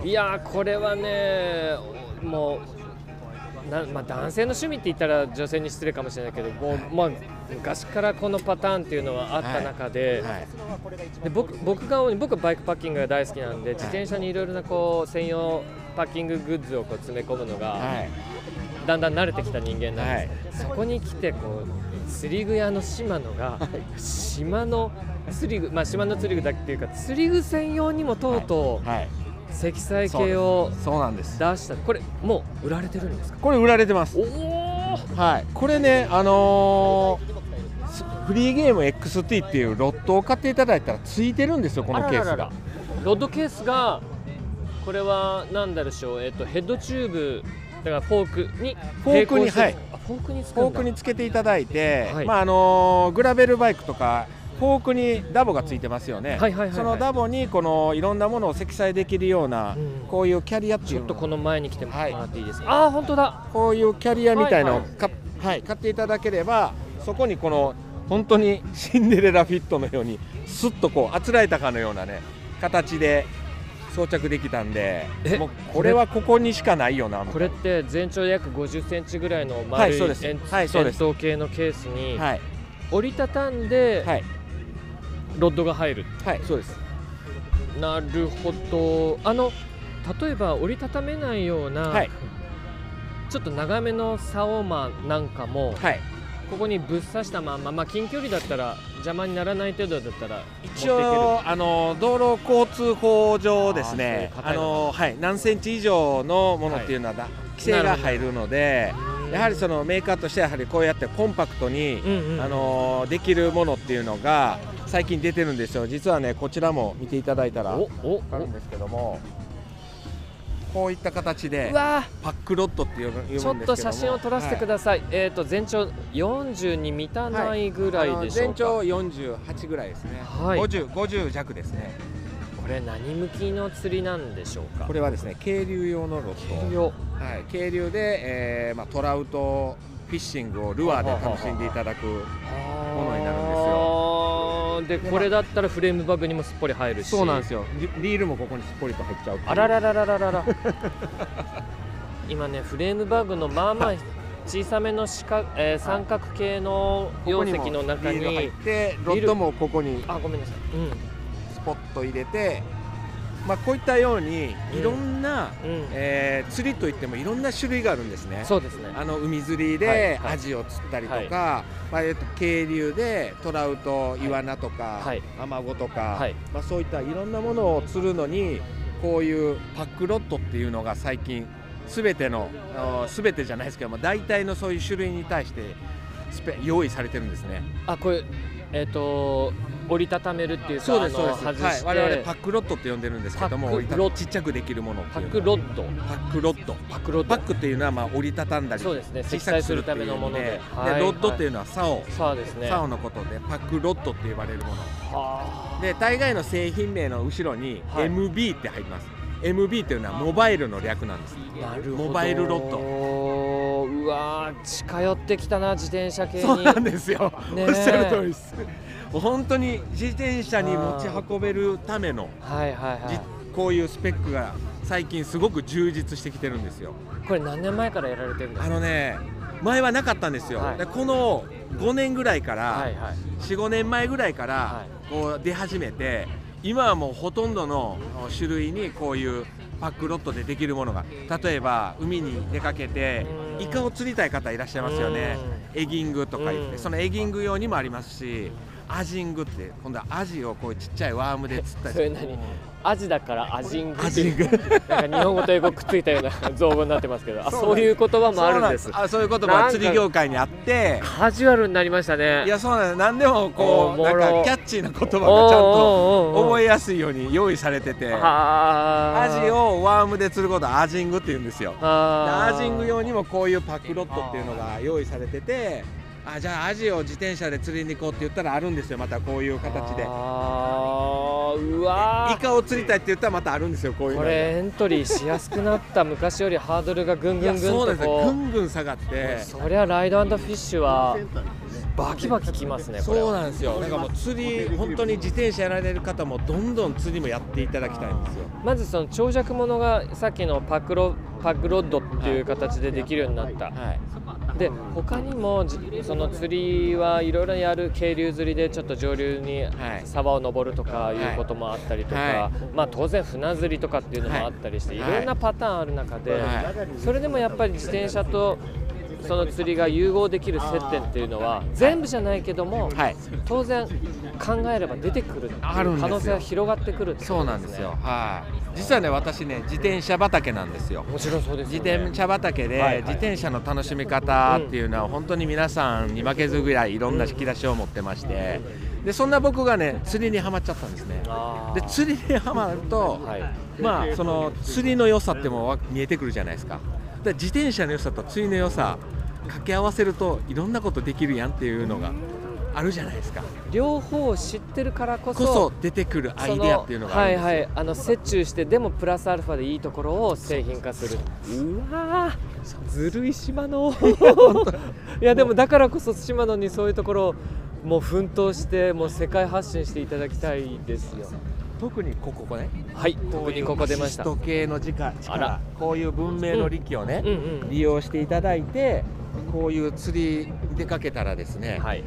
いやこれはね、もうな、まあ、男性の趣味って言ったら女性に失礼かもしれないけど、もう、まあ、昔からこのパターンっていうのはあった中で、はいはい、で 僕, 僕が僕はバイクパッキングが大好きなんで、自転車にいろいろなこう専用パッキンググッズをこう詰め込むのが、はい、だんだん慣れてきた人間なんです、はい、そこに来てこう釣り具屋の島野が、はい、島の釣り具、まあ、島の釣り具だけっていうか釣り具専用にもとうとう、はいはい、積載系を出した。これもう売られてるんですか。 これ売られてます。おー、はい、これね、あのー、フリーゲーム エックスティー っていうロッドを買っていただいたらついてるんですよ、このケースが。あららら、 ロッドケースがこれは何だろう、えっと、ヘッドチューブだからフォークにフォークに、はい、 フォークにつフォークにつけていただいて、はい、まああのー、グラベルバイクとかフォークにダボがついてますよね。そのダボにこのいろんなものを積載できるような、うん、こういうキャリアっていうの、 ちょっとこの前に来てもらっていいですか。はい、ああ本当だ。 こういうキャリアみたいなのをか、はいはい、買っていただければ、そこにこの本当にシンデレラフィットのようにスッとこうあつらえたかのようなね形で装着できたんで、もうこれはここにしかないよな。 これって全長約ごじゅっセンチぐらいの丸い円筒形のケースに、はい、 折りたたんで、はい、ロッドが入る。 はい、そうです。 なるほど。あの例えば折りたためないような、はい、ちょっと長めの竿マンなんかも、はい、ここにぶっ刺したまんま、まあ、近距離だったら邪魔にならない程度だったら一応あの道路交通法上ですね、あの、はい、何センチ以上のものっていうのは、はい、規制が入るので、やはりそのメーカーとしてはやはりこうやってコンパクトに、うんうん、あのできるものっていうのが最近出てるんですよ。実はね、こちらも見ていただいたら分かるんですけども、こういった形でパックロッドっていうちょっと写真を撮らせてください。はい、えっと全長よんじゅうに満たないぐらいでしょうか。 全長よんじゅうはちぐらいですね。はい、ごじゅう、ごじゅう弱ですね。 これ何向きの釣りなんでしょうか。 これはですね、渓流用のロッド。渓流、はい、渓流で、えーまあ、トラウトフィッシングをルアーで楽しんでいただくものになるんですよ。 でこれだったらフレームバッグにもすっぽり入るし。 そうなんですよ。リールもここにすっぽりと入っちゃう。 あららららららら今ね、フレームバッグのまあまあ小さめの四角、えー、三角形の容積の中にリール入って、ロッドもここにあごめんなさい、うん、 スポッと入れて、まあ、こういったようにいろんな、うんうんえー、釣りといってもいろんな種類があるんですね。 そうですね。あの海釣りでアジを釣ったりとか、はいはいまあ、渓流でトラウト、イワナとか、はい、アマゴとか、はいまあ、そういったいろんなものを釣るのにこういうパックロッドっていうのが最近すべてのすべてじゃないですけども大体のそういう種類に対してスペ用意されてるんですね。 あこれえっ、ー、と折りたためるっていうか、 そうですそうです、 外して、 はい、我々パックロッドって呼んでるんですけども、折りたちっちゃくできるものっていうパックロッドパックロッドパックロッドパックっていうのはまあ折りたたんだりそうですね、積載するためのもので、 で、はい、ロッドっていうのは竿、 竿ですね、 竿のことでパックロッドって呼ばれるものはで、大概の製品名の後ろに エムビー って入ります。 エムビー っていうのはモバイルの略なんです。 なるほど、 モバイルロッド。 うわー、近寄ってきたな、自転車系に。 そうなんですよ、ね、おっしゃる通りです。本当に自転車に持ち運べるための、はいはいはい、こういうスペックが最近すごく充実してきてるんですよ。 これ何年前からやられてるんですか。 あのね、前はなかったんですよ、はい、でこのごねんぐらいから、はいはい、よん、ごねんまえぐらいから、はい、こう出始めて、今はもうほとんどの種類にこういうパックロッドでできるものが、例えば海に出かけてイカを釣りたい方いらっしゃいますよね。エギングとか言って、そのエギング用にもありますし、アジングって今度はアジをこうちっちゃいワームで釣ったり。 それ何、アジだからアジングっていう、なんか日本語と英語くっついたような造語になってますけど、あ、そういう言葉もあるんです。 あ、そういう言葉が釣り業界にあって、 カジュアルになりましたね。 いや、そうなんです。何でもこうなんかキャッチーな言葉がちゃんと覚えやすいように用意されてて、アジをワームで釣ることはアジングって言うんですよ。アジング用にもこういうパックロッドっていうのが用意されてて、あ、じゃあアジを自転車で釣りに行こうって言ったらあるんですよ。またこういう形で。 あ、うわ、 イカを釣りたいって言ったらまたあるんですよ。こういうの。 これエントリーしやすくなった。昔よりハードルがぐんぐんぐんとこう、 そうですね、ぐんぐん下がって、 そりゃライド&フィッシュはバキバキきますね。これそうなんですよ。なんかもう釣り、本当に自転車やられる方もどんどん釣りもやっていただきたいんですよ。 まずその長尺ものがさっきのパクロパックロッドっていう形でできるようになった、はい、で他にもその釣りはいろいろやる、渓流釣りでちょっと上流に沢を登るとかいうこともあったりとか、はいはい、まあ当然船釣りとかっていうのもあったりして、はい、いろんなパターンある中で、はい、それでもやっぱり自転車とその釣りが融合できる接点っていうのは全部じゃないけども、はい、当然考えれば出てくる可能性が広がってくるってことですね。 そうなんですよ、はい、実はね、私ね、自転車畑なんですよ。 もちろんそうですよね。 自転車畑で、はいはい、自転車の楽しみ方っていうのは本当に皆さんに負けずぐらいいろんな引き出しを持ってまして、でそんな僕がね、釣りにはまっちゃったんですね。で釣りにはまると、はい、まあその釣りの良さっても見えてくるじゃないですか。で自転車の良さと釣りの良さ掛け合わせるといろんなことできるやんっていうのがあるじゃないですか。 両方知ってるからこそ、 こそ出てくるアイデアっていうのがあるんですよ。 はいはい、あの折衷してでもプラスアルファでいいところを製品化する。うわー、ずるい島野いやでもだからこそ島野にそういうところをもう奮闘してもう世界発信していただきたいですよ。 特にここね、 はい、特にここ出ました。 シスト系の力、こういう文明の利器をね、うんうんうん、利用していただいて、こういう釣りに出かけたらですね、はい、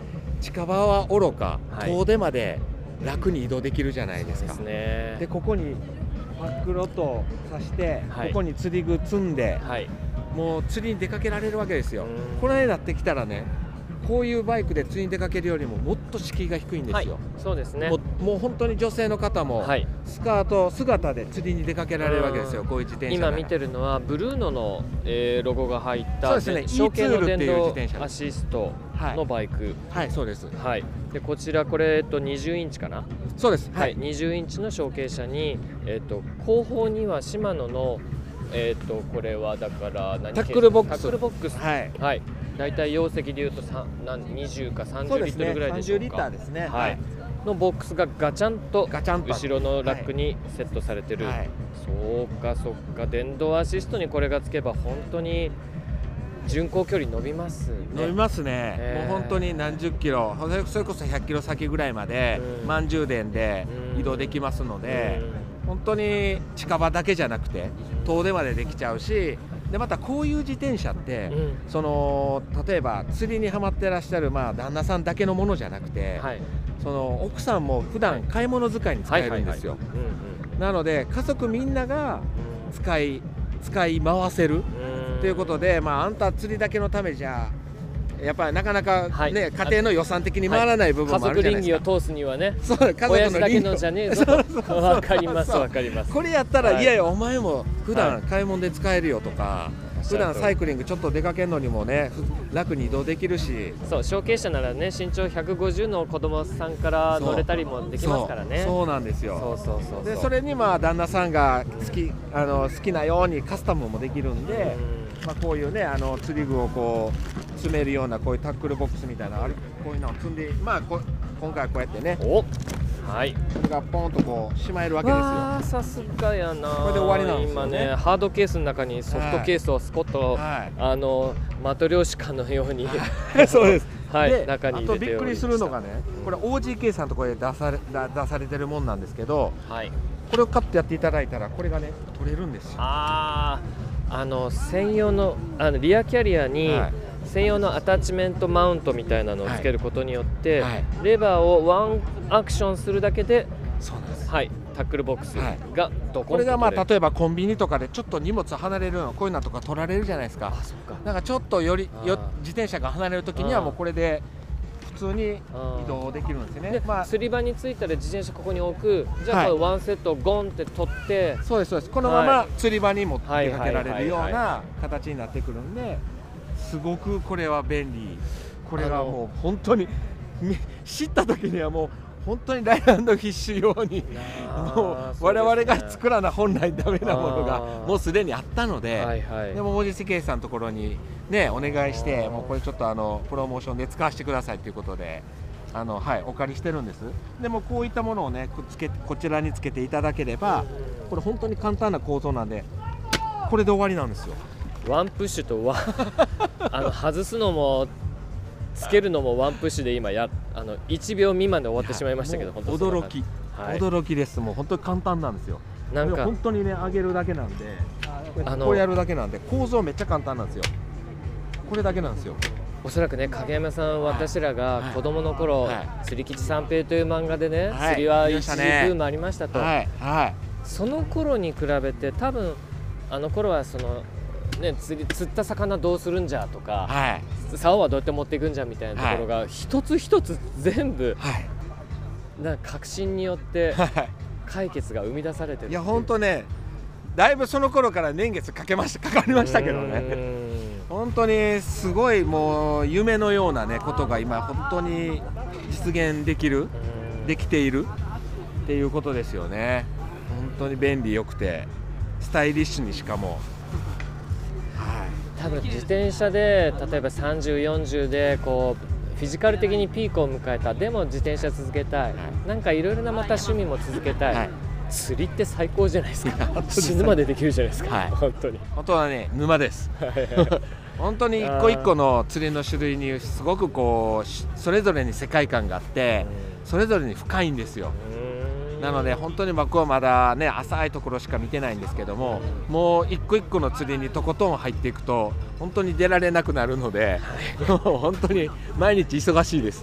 近場はおろか、 はい、 遠出まで楽に移動できるじゃないですか。 そうですね。 でここにパックロットを刺して、 はい、 ここに釣り具積んで、はい、もう釣りに出かけられるわけですよ。このようになってきたらね、こういうバイクで釣りに出かけるよりももっと敷居が低いんですよ。はい、 そうですね。 もう、もう本当に女性の方もスカート姿で釣りに出かけられるわけですよ。こういう自転車。 今見てるのはブルーノの、えー、ロゴが入ったそうですね。 小径の電動アシストのバイク。 はい、はい、そうです。 はい。でこちらこれえっとにじゅうインチかな。 そうです。 はい。にじゅうインチの小径車にえっと後方にはシマノのえっとこれはだから何タックルボックス。 タックルボックス。はい。はい。だいたい容積でいうとにじゅうかさんじゅうリットルぐらいでしょうか。 さんじゅうリッターですね。 はい。のボックスがガチャンと後ろのラックにセットされてる。はい、そうかそうか。電動アシストにこれがつけば本当に巡航距離伸びますね。 伸びますね。もう本当に何十キロ、それこそひゃっキロ先ぐらいまで満充電で移動できますので、本当に近場だけじゃなくて遠出までできちゃうし。でまたこういう自転車って、うん、その例えば釣りにはまってらっしゃる、まあ、旦那さんだけのものじゃなくて、はい、その奥さんも普段買い物使いに使えるんですよ。なので家族みんなが使い、使い回せるということで、まあ、あんた釣りだけのためじゃやっぱりなかなか、ね、はい、家庭の予算的に回らない部分もあるじゃないですか。 家族倫理を通すにはね、 そう家族の親父だけのじゃねえぞと。わかりますわかります。 これやったら、はい、いやいやお前も普段買い物で使えるよとか、はい、普段サイクリングちょっと出かけるのにもね楽に移動できるし、 そう小径車ならね身長ひゃくごじゅうの子供さんから乗れたりもできますからね。 そう、そうなんですよ。 そうそうそうそう。 でそれにまあ旦那さんが好きあの好きなようにカスタムもできるんで、まあこういうねあの釣り具をこう詰めるようなこういうタックルボックスみたいなあれこういうのを積んで、まあこ今回はこうやってね、 おはい、 これがポンとこうしまえるわけですよ。 わーさすがやな。 これで終わりなんですよね。 今ねハードケースの中にソフトケースをスコッと、はい、あのマトリョーシカのように、 はい、そうです。 はい、 で中に入れておりました。 あとびっくりするのがね、これ オージーケー さんのところで出され出されてるもんなんですけど、はい、これをカットやっていただいたらこれがね取れるんですよ。 ああ、あの専用のあのリアキャリアに、はい、専用のアタッチメントマウントみたいなのをつけることによって、はいはい、レバーをワンアクションするだけで、そうなんです。はい、タックルボックスがどこ、 これがまあ例えばコンビニとかでちょっと荷物離れるようなこういうのとか取られるじゃないですか。 あ、そっか。 なんかちょっとよりよ自転車が離れるときにはもうこれで普通に移動できるんですよね。 で、まあ、釣り場に着いたら自転車ここに置く。じゃあこれワンセットゴンって取って、はい、 そうですそうです。このまま釣り場にも出かけられるような形になってくるんで、すごくこれは便利。これはもう本当に知った時にはもう本当にライランドフィッシュ用にもう我々が作らな本来ダメなものがもうすでにあったので、はいはい、でも文字ケースさんのところにねお願いして、もうこれちょっとあのプロモーションで使わせてくださいということであの、はい、お借りしてるんです。でもこういったものをねくっつけこちらにつけていただければ、これ本当に簡単な構造なんでこれで終わりなんですよ。 ワンプッシュとワンあの外すのもつけるのもワンプッシュで今やあのいちびょう未満で終わってしまいましたけど、 本当驚き、はい、驚きです。もう本当に簡単なんですよ。なんか本当にね上げるだけなんで、あのこうやるだけなんで構造めっちゃ簡単なんですよ。これだけなんですよ。 おそらくね影山さん、はい、私らが子供の頃、はい、釣り吉三平という漫画でね、はい、釣りは一時ブームありましたと、はいはい、その頃に比べて多分あの頃はそのね、釣り釣った魚どうするんじゃとか、はい、竿はどうやって持っていくんじゃみたいなところが、はい、一つ一つ全部、はい、なんか革新によって解決が生み出されてる。 いや本当ねだいぶその頃から年月かけましたかかりましたけどね本当にすごいもう夢のようなねことが今本当に実現できるできているっていうことですよね。本当に便利よくてスタイリッシュにしかも。 多分自転車で例えばさんじゅう、よんじゅうでこうフィジカル的にピークを迎えた、でも自転車続けたい、はい、なんかいろいろなまた趣味も続けたい、はい、釣りって最高じゃないですか。死ぬまでできるじゃないですか、はい、本当に本当はね沼です本当に一個一個の釣りの種類にすごくこうそれぞれに世界観があってそれぞれに深いんですよ。なので本当に僕はまだね浅いところしか見てないんですけども、もう一個一個の釣りにとことん入っていくと本当に出られなくなるので、はい、本当に毎日忙しいです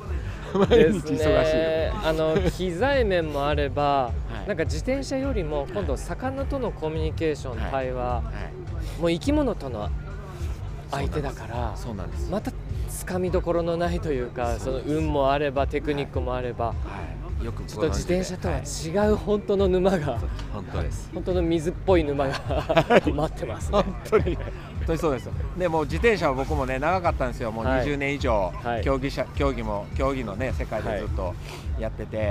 毎日忙しいね、あの機材面もあれば、 はい、 なんか自転車よりも今度魚とのコミュニケーション、はい、対話、はい、もう生き物との相手だからそうなんです、 またつかみどころのないというか、その運もあればテクニックもあれば、はいはい、よくちょっと自転車とは違う本当の沼が、はい、 本当です、 本当の水っぽい沼が待ってますね。 本当に本当にそうです。でもう自転車は僕もね長かったんですよ。もうにじゅうねん以上、はい、競技者競技も競技のね世界でずっとやってて、はい、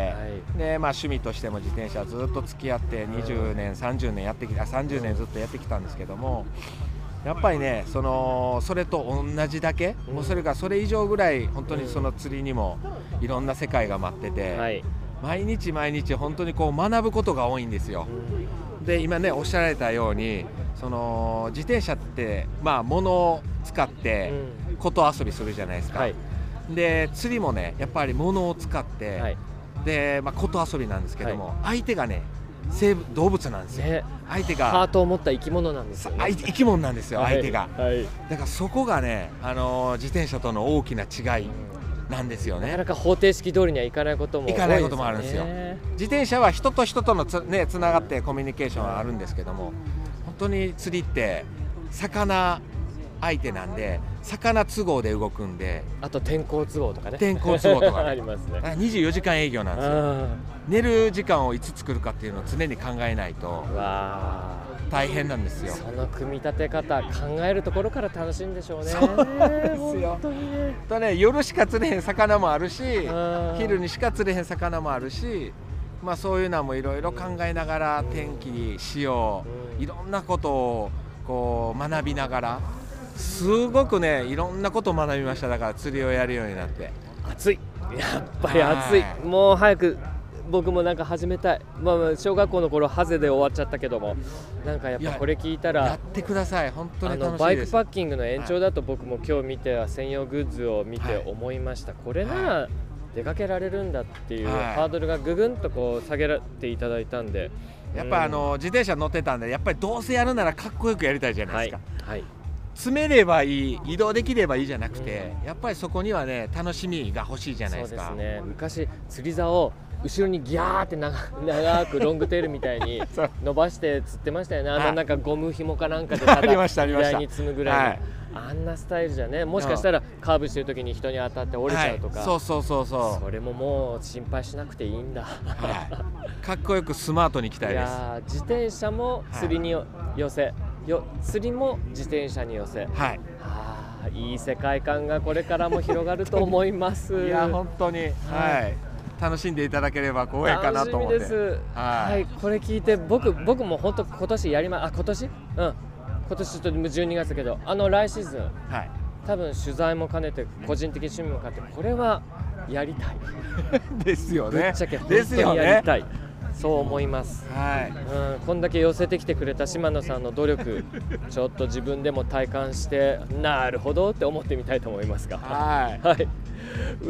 でまあ趣味としても自転車ずっと付き合ってにじゅうねんさんじゅうねんやってきたさんじゅうねんずっとやってきたんですけども、やっぱりねそのそれと同じだけ、うん、もうそれがそれ以上ぐらい本当にその釣りにもいろんな世界が待ってて、はい、毎日毎日本当にこう学ぶことが多いんですよ。うん、で今ねおっしゃられたようにその自転車ってまあ物を使ってこと遊びするじゃないですか。はい、で釣りもねやっぱり物を使って、はい、でまあこと遊びなんですけども、はい、相手がね生物動物なんですよ、ね、相手がハートを持った生き物なんですよね。 生き物なんですよ、相手が、 はいはい、 だからそこがね、あのー、自転車との大きな違いなんですよね。 なかなか方程式通りにはいかないことも多いですよね。 いかないこともあるんですよ。自転車は人と人とのつ、ね、つながってコミュニケーションはあるんですけども、本当に釣りって魚相手なんで魚都合で動くんで、 あと天候都合とかね、 天候都合とかありますね。 にじゅうよじかん営業なんですよ。寝る時間をいつ作るかっていうのを常に考えないと大変なんですよ。 その組み立て方考えるところから楽しいんでしょうね。 そうですよ。本当にね、とね夜しか釣れへん魚もあるし、昼にしか釣れへん魚もあるし、まあそういうのもいろいろ考えながら天気潮いろんなことをこう学びながら、すごくねいろんなことを学びました。だから釣りをやるようになって暑い、やっぱり暑い、もう早く僕もなんか始めたい。まあ小学校の頃ハゼで終わっちゃったけども、なんかやっぱこれ聞いたらやってください。本当に楽しいです。 あのバイクパッキングの延長だと僕も今日見て専用グッズを見て思いました、はい、これなら出かけられるんだっていうハードルがぐぐんとこう下げていただいたんで、 やっぱりあの自転車乗ってたんで、やっぱりどうせやるならかっこよくやりたいじゃないですか。はい、はい、詰めればいい、移動できればいいじゃなくて、うん、やっぱりそこにはね楽しみが欲しいじゃないですか。 そうですね。昔釣り竿を後ろにギャーって長長くロングテールみたいに伸ばして釣ってましたよね。あのなんかゴム紐かなんかでただ荷台に積むぐらいの、はい、あんなスタイルじゃね、もしかしたらカーブしてる時に人に当たって折れちゃうとか、 はい、そうそうそうそう、 それももう心配しなくていいんだ、 はい、かっこよくスマートに行きたいです。いや自転車も釣りに寄せ、はい、よ釣りも自転車に寄せ、はい、はあ、いい世界観がこれからも広がると思います。 いや本当に、はい、はい、楽しんでいただければ光栄かなと思って。 楽しみです。はい、はい、これ聞いて僕僕も本当今年やりまあ今年うん今年ちょっとじゅうにがつだけど、あの来シーズン、はい、多分取材も兼ねて個人的趣味も兼ねてこれはやりたいですよね。 ぶっちゃけ本当にやりたい。そう思います、はい、うん、こんだけ寄せてきてくれた島野さんの努力ちょっと自分でも体感してなるほどって思ってみたいと思いますが、はい、はい、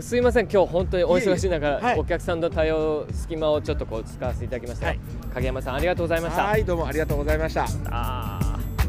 すいません今日本当にお忙しい中、はい、お客さんの対応隙間をちょっとこう使わせていただきました、はい、影山さんありがとうございました。 はい、どうもありがとうございました。あ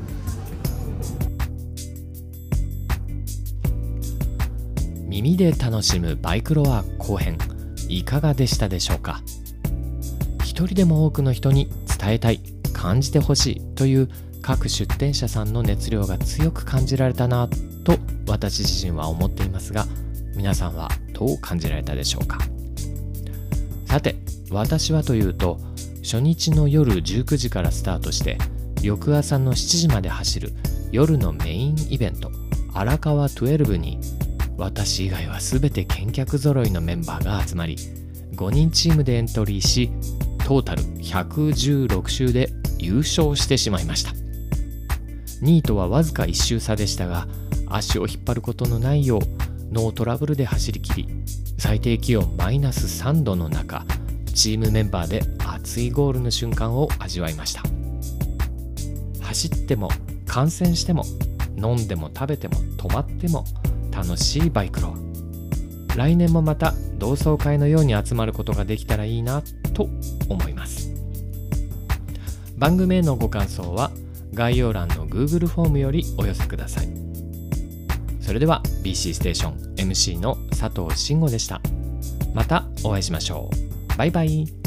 耳で楽しむバイクロア後編いかがでしたでしょうか。一人でも多くの人に伝えたい、感じてほしいという各出店者さんの熱量が強く感じられたなと私自身は思っていますが、皆さんはどう感じられたでしょうか。さて私はというと、初日の夜じゅうくじからスタートして翌朝のしちじまで走る夜のメインイベント荒川じゅうにに私以外は全て見客揃いのメンバーが集まり、ごにんチームでエントリーしトータルひゃくじゅうろく周で優勝してしまいました。にいとはわずかいっ周差でしたが、足を引っ張ることのないようノートラブルで走り切り、最低気温マイナスさんどの中、チームメンバーで熱いゴールの瞬間を味わいました。走っても観戦しても飲んでも食べても泊まっても楽しいバイクロア、来年もまた同窓会のように集まることができたらいいなと思います。番組へのご感想は概要欄の Google フォームよりお寄せください。それでは ビーシー ステーション エムシー の佐藤慎吾でした。 またお会いしましょう。バイバイ。